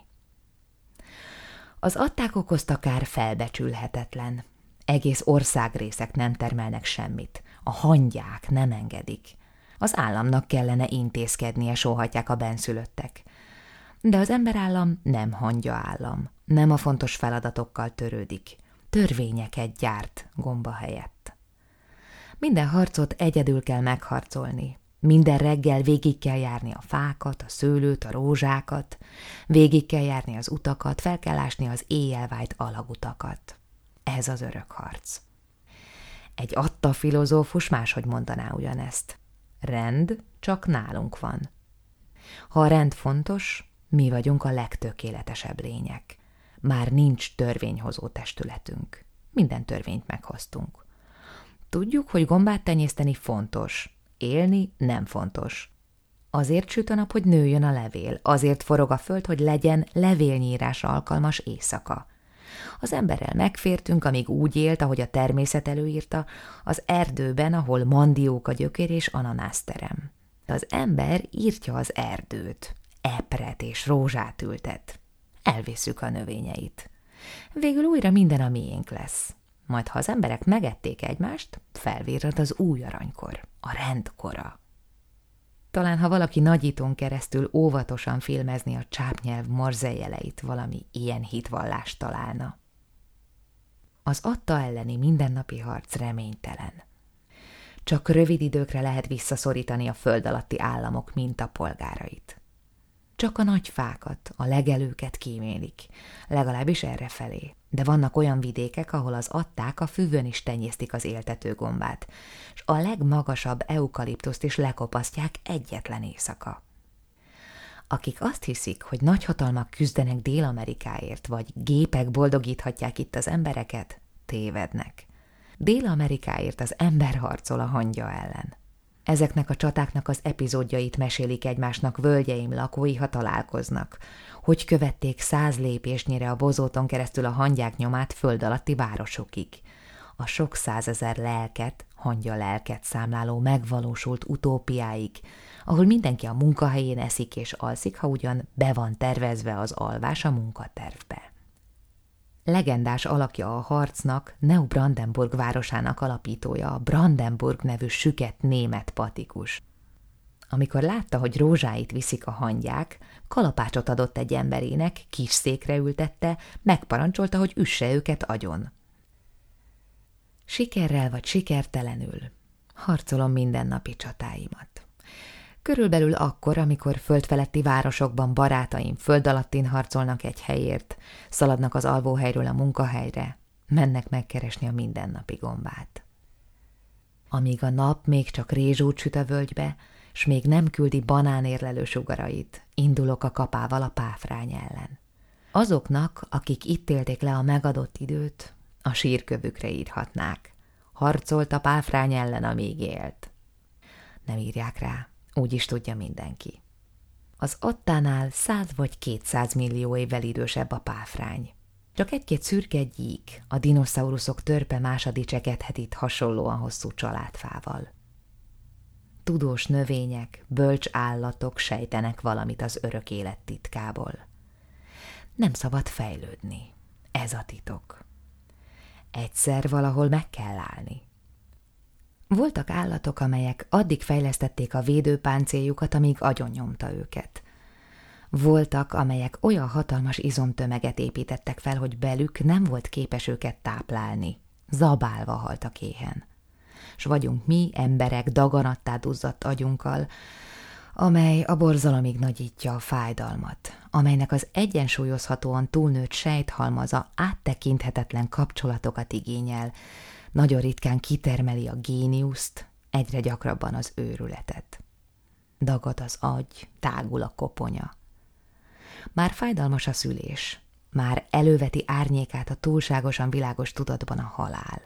Az atták okozta kár felbecsülhetetlen. Egész országrészek nem termelnek semmit. A hangyák nem engedik. Az államnak kellene intézkednie, sóhatják a benszülöttek. De az emberállam nem hangya állam, nem a fontos feladatokkal törődik. Törvényeket gyárt gomba helyett. Minden harcot egyedül kell megharcolni. Minden reggel végig kell járni a fákat, a szőlőt, a rózsákat, végig kell járni az utakat, fel kell ásni az éjjelvájt alagutakat. Ez az örök harc. Egy atta filozófus máshogy mondaná ugyanezt. Rend csak nálunk van. Ha a rend fontos, mi vagyunk a legtökéletesebb lények. Már nincs törvényhozó testületünk. Minden törvényt meghoztunk. Tudjuk, hogy gombát tenyészteni fontos, élni nem fontos. Azért süt a nap, hogy nőjön a levél, azért forog a föld, hogy legyen levélnyírásra alkalmas éjszaka. Az emberrel megfértünk, amíg úgy élt, ahogy a természet előírta, az erdőben, ahol mandióka gyökér és ananászterem. De az ember írtja az erdőt, epret és rózsát ültet. Elvisszük a növényeit. Végül újra minden a miénk lesz. Majd ha az emberek megették egymást, felvirrad az új aranykor, a rendkora. Talán ha valaki nagyítón keresztül óvatosan filmezni a csápnyelv morzsejeleit, valami ilyen hitvallást találna. Az Atta elleni mindennapi harc reménytelen. Csak rövid időkre lehet visszaszorítani a föld alatti államok mintapolgárait. Csak a nagy fákat, a legelőket kímélik, legalábbis errefelé. De vannak olyan vidékek, ahol az atták a füvön is tenyésztik az éltetőgombát, és a legmagasabb eukaliptuszt is lekopasztják egyetlen éjszaka. Akik azt hiszik, hogy nagyhatalmak küzdenek Dél-Amerikáért, vagy gépek boldogíthatják itt az embereket, tévednek. Dél-Amerikáért az ember harcol a hangya ellen. Ezeknek a csatáknak az epizódjait mesélik egymásnak völgyeim lakói, ha találkoznak, hogy követték száz lépésnyire a bozóton keresztül a hangyák nyomát föld alatti városokig. A sok százezer lelket, hangya lelket számláló megvalósult utópiáig, ahol mindenki a munkahelyén eszik és alszik, ha ugyan be van tervezve az alvás a munkatervbe. Legendás alakja a harcnak Neubrandenburg városának alapítója, a Brandenburg nevű süket német patikus. Amikor látta, hogy rózsáit viszik a hangyák, kalapácsot adott egy emberének, kis székre ültette, megparancsolta, hogy üsse őket agyon. Sikerrel vagy sikertelenül harcolom mindennapi csatáimat. Körülbelül akkor, amikor földfeletti városokban barátaim föld alattin harcolnak egy helyért, szaladnak az alvóhelyről a munkahelyre, mennek megkeresni a mindennapi gombát. Amíg a nap még csak rézsút süt a völgybe, s még nem küldi banánérlelő sugarait, indulok a kapával a páfrány ellen. Azoknak, akik itt élték le a megadott időt, a sírkövükre írhatnák. Harcolt a páfrány ellen, amíg élt. Nem írják rá. Úgy is tudja mindenki. Az Attánál száz vagy kétszáz millió évvel idősebb a páfrány. Csak egy-két szürke gyík, a dinoszauruszok törpe mása dicsekedhet itt hasonlóan hosszú családfával. Tudós növények, bölcs állatok sejtenek valamit az örök élet titkából. Nem szabad fejlődni. Ez a titok. Egyszer valahol meg kell állni. Voltak állatok, amelyek addig fejlesztették a védőpáncéljukat, amíg agyonnyomta őket. Voltak, amelyek olyan hatalmas izomtömeget építettek fel, hogy belük nem volt képes őket táplálni. Zabálva haltak éhen. S vagyunk mi, emberek, daganattá duzzadt agyunkkal, amely a borzalomig nagyítja a fájdalmat, amelynek az egyensúlyozhatóan túlnőtt sejthalmaza áttekinthetetlen kapcsolatokat igényel, nagyon ritkán kitermeli a géniuszt, egyre gyakrabban az őrületet. Dagad az agy, tágul a koponya. Már fájdalmas a szülés, már előveti árnyékát a túlságosan világos tudatban a halál.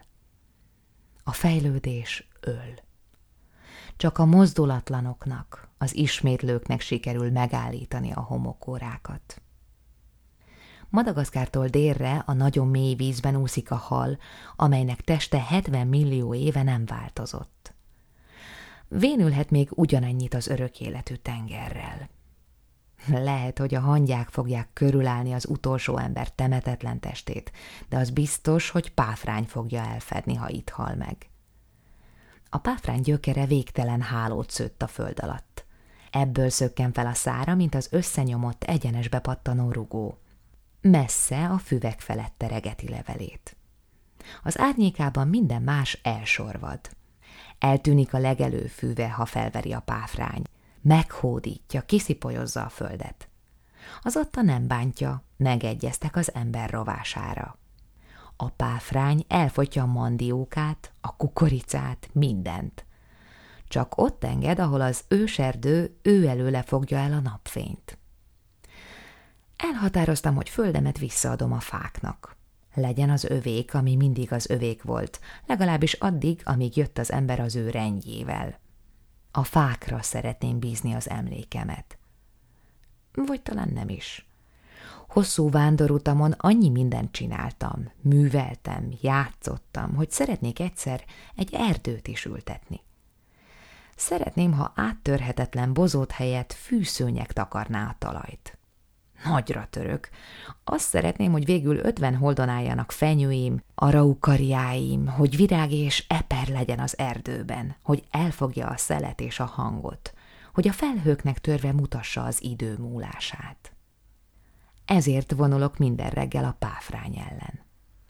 A fejlődés öl. Csak a mozdulatlanoknak, az ismétlőknek sikerül megállítani a homokórákat. Madagaszkártól délre a nagyon mély vízben úszik a hal, amelynek teste hetven millió éve nem változott. Vénülhet még ugyanennyit az örök életű tengerrel. Lehet, hogy a hangyák fogják körülállni az utolsó ember temetetlen testét, de az biztos, hogy páfrány fogja elfedni, ha itt hal meg. A páfrány gyökere végtelen hálót szőtt a föld alatt. Ebből szökken fel a szára, mint az összenyomott, egyenesbe pattanó rugó. Messze a füvek felett teregeti levelét. Az árnyékában minden más elsorvad. Eltűnik a legelő füve, ha felveri a páfrány. Meghódítja, kiszipolyozza a földet. Az Atta nem bántja, megegyeztek az ember rovására. A páfrány elfogyja a mandiókát, a kukoricát, mindent. Csak ott enged, ahol az őserdő ő előle fogja el a napfényt. Elhatároztam, hogy földemet visszaadom a fáknak. Legyen az övék, ami mindig az övék volt, legalábbis addig, amíg jött az ember az ő rendjével. A fákra szeretném bízni az emlékemet. Vagy talán nem is. Hosszú vándorutamon annyi mindent csináltam, műveltem, játszottam, hogy szeretnék egyszer egy erdőt is ültetni. Szeretném, ha áttörhetetlen bozót helyett fűszőnyeg takarná a talajt. Nagyra török. Azt szeretném, hogy végül ötven holdon álljanak fenyőim, araukariáim, hogy virág és eper legyen az erdőben, hogy elfogja a szelet és a hangot, hogy a felhőknek törve mutassa az idő múlását. Ezért vonulok minden reggel a páfrány ellen.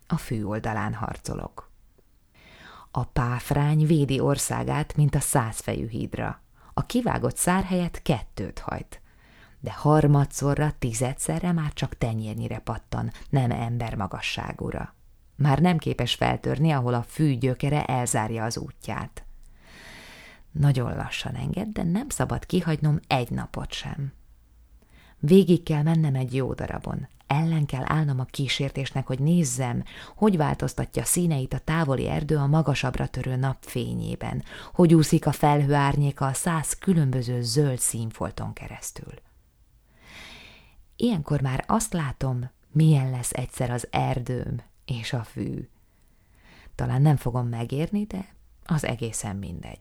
a fű oldalán harcolok. A páfrány védi országát, mint a százfejű hídra. A kivágott szár helyett kettőt hajt, de harmadszorra, tizedszerre már csak tenyérnyire pattan, nem ember magasságúra. Már nem képes feltörni, ahol a fű gyökere elzárja az útját. Nagyon lassan enged, de nem szabad kihagynom egy napot sem. Végig kell mennem egy jó darabon. Ellen kell állnom a kísértésnek, hogy nézzem, hogy változtatja színeit a távoli erdő a magasabbra törő napfényében, hogy úszik a felhő árnyéka a száz különböző zöld színfolton keresztül. Ilyenkor már azt látom, milyen lesz egyszer az erdőm és a fű. Talán nem fogom megérni, de az egészen mindegy.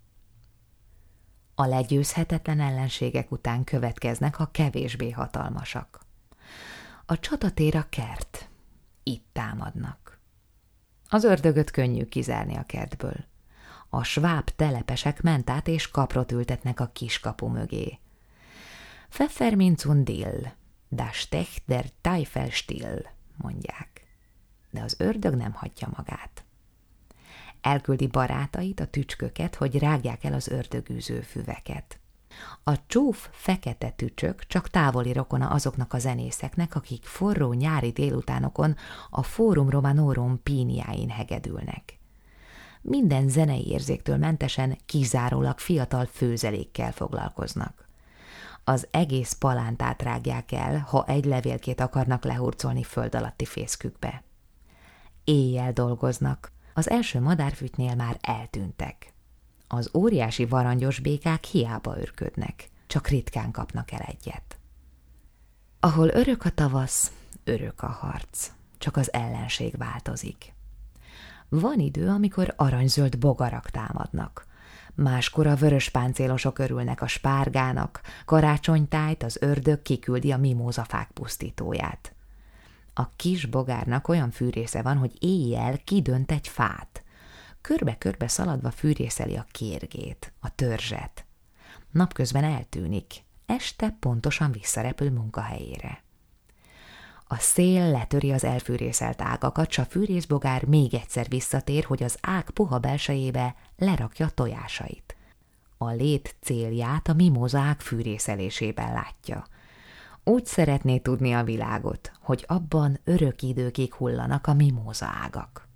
A legyőzhetetlen ellenségek után következnek a kevésbé hatalmasak. A csatatér a kert. Itt támadnak. Az ördögöt könnyű kizárni a kertből. A sváb telepesek mentát és kaprot ültetnek a kiskapu mögé. Pfefferminzun dill, da stecht der Teufel still, mondják. De az ördög nem hagyja magát. Elküldi barátait, a tücsköket, hogy rágják el az ördögűző füveket. A csúf fekete tücsök csak távoli rokona azoknak a zenészeknek, akik forró nyári délutánokon a Forum Romanorum píniáin hegedülnek. Minden zenei érzéktől mentesen kizárólag fiatal főzelékkel foglalkoznak. Az egész palántát rágják el, ha egy levélkét akarnak lehurcolni föld alatti fészkükbe. Éjjel dolgoznak, az első madárfütynél már eltűntek. Az óriási varangyos békák hiába őrködnek, csak ritkán kapnak el egyet. Ahol örök a tavasz, örök a harc, csak az ellenség változik. Van idő, amikor aranyzöld bogarak támadnak. Máskor a vörös páncélosok örülnek a spárgának, karácsonytájt az ördög kiküldi a mimózafák pusztítóját. A kis bogárnak olyan fűrésze van, hogy éjjel kidönt egy fát. Körbe-körbe szaladva fűrészeli a kérgét, a törzset. Napközben eltűnik, este pontosan visszarepül munkahelyére. A szél letöri az elfűrészelt ágakat, s a fűrészbogár még egyszer visszatér, hogy az ág puha belsejébe lerakja tojásait. A lét célját a mimóza ág fűrészelésében látja. Úgy szeretné tudni a világot, hogy abban örök időkig hullanak a mimóza ágak.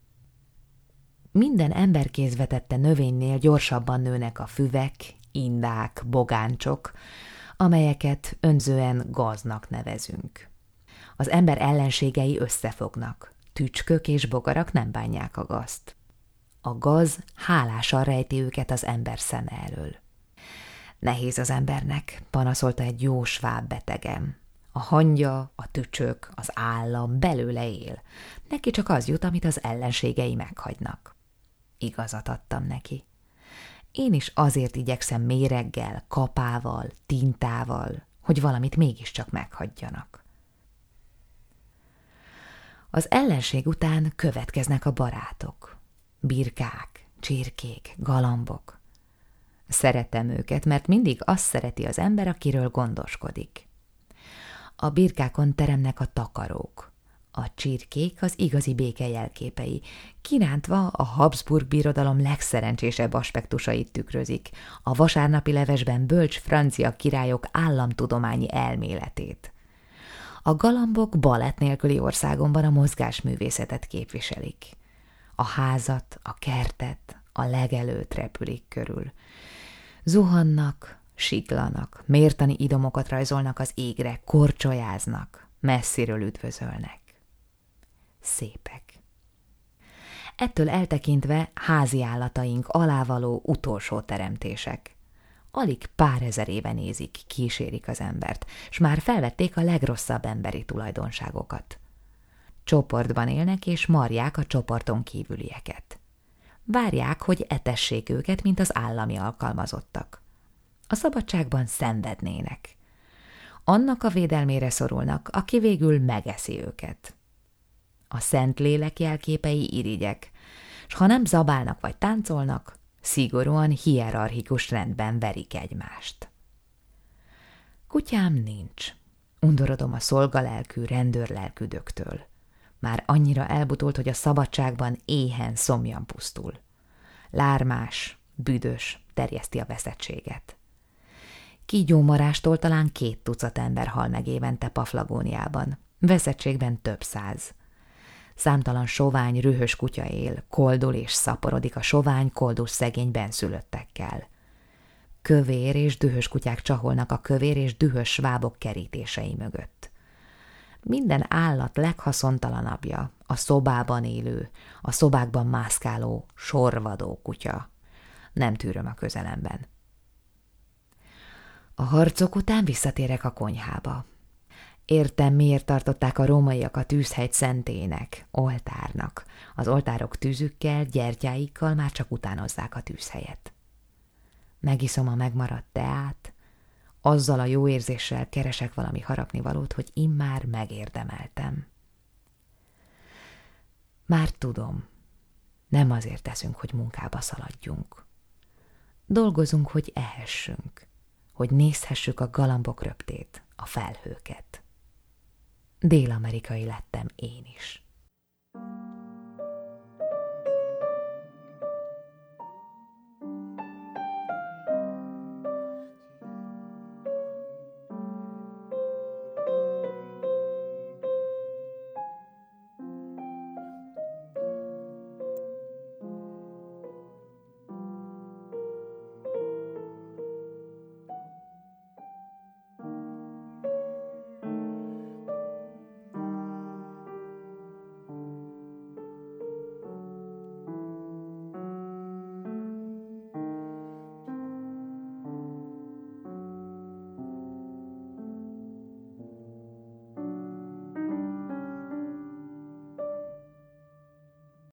Minden emberkézbe tette növénynél gyorsabban nőnek a füvek, indák, bogáncsok, amelyeket önzően gaznak nevezünk. Az ember ellenségei összefognak, tücskök és bogarak nem bánják a gazt. A gaz hálásan rejti őket az ember szeme elől. Nehéz az embernek, panaszolta egy jó sváb betegem. A hangya, a tücsök, az állam belőle él. Neki csak az jut, amit az ellenségei meghagynak. Igazat adtam neki. Én is azért igyekszem méreggel, kapával, tintával, hogy valamit mégiscsak meghagyjanak. Az ellenség után következnek a barátok. Birkák, csirkék, galambok. Szeretem őket, mert mindig azt szereti az ember, akiről gondoskodik. A birkákon teremnek a takarók. A csirkék az igazi béke jelképei, kirántva a Habsburg birodalom legszerencsésebb aspektusait tükrözik, a vasárnapi levesben bölcs francia királyok államtudományi elméletét. A galambok balett nélküli országomban a mozgásművészetet képviselik. A házat, a kertet, a legelőt repülik körül. Zuhannak, siklanak, mértani idomokat rajzolnak az égre, korcsolyáznak, messziről üdvözölnek. Szépek. Ettől eltekintve házi állataink alávaló utolsó teremtések. Alig pár ezer éve nézik, kísérik az embert, s már felvették a legrosszabb emberi tulajdonságokat. Csoportban élnek és marják a csoporton kívülieket. Várják, hogy etessék őket, mint az állami alkalmazottak. A szabadságban szenvednének. Annak a védelmére szorulnak, aki végül megeszi őket. A Szentlélek jelképei irigyek, s ha nem zabálnak vagy táncolnak, szigorúan hierarchikus rendben verik egymást. Kutyám nincs. Undorodom a szolgalelkű, rendőrlelkűdöktől. Már annyira elbutult, hogy a szabadságban éhen szomjan pusztul. Lármás, büdös, terjeszti a veszettséget. Kígyómarástól talán két tucat ember hal meg évente Paflagóniában, veszettségben több száz. Számtalan sovány, rühös kutya él, koldul és szaporodik a sovány, koldus szegény benszülöttekkel. Kövér és dühös kutyák csaholnak a kövér és dühös svábok kerítései mögött. Minden állat leghaszontalanabbja, a szobában élő, a szobákban mászkáló, sorvadó kutya. Nem tűröm a közelemben. A harcok után visszatérek a konyhába. Értem, miért tartották a rómaiak a tűzhelyt szentélynek, oltárnak. Az oltárok tűzükkel, gyertyáikkal már csak utánozzák a tűzhelyet. Megiszom a megmaradt teát, azzal a jó érzéssel keresek valami harapnivalót, hogy immár megérdemeltem. Már tudom, nem azért teszünk, hogy munkába szaladjunk. Dolgozunk, hogy ehessünk, hogy nézhessük a galambok röptét, a felhőket. Dél-amerikai lettem én is.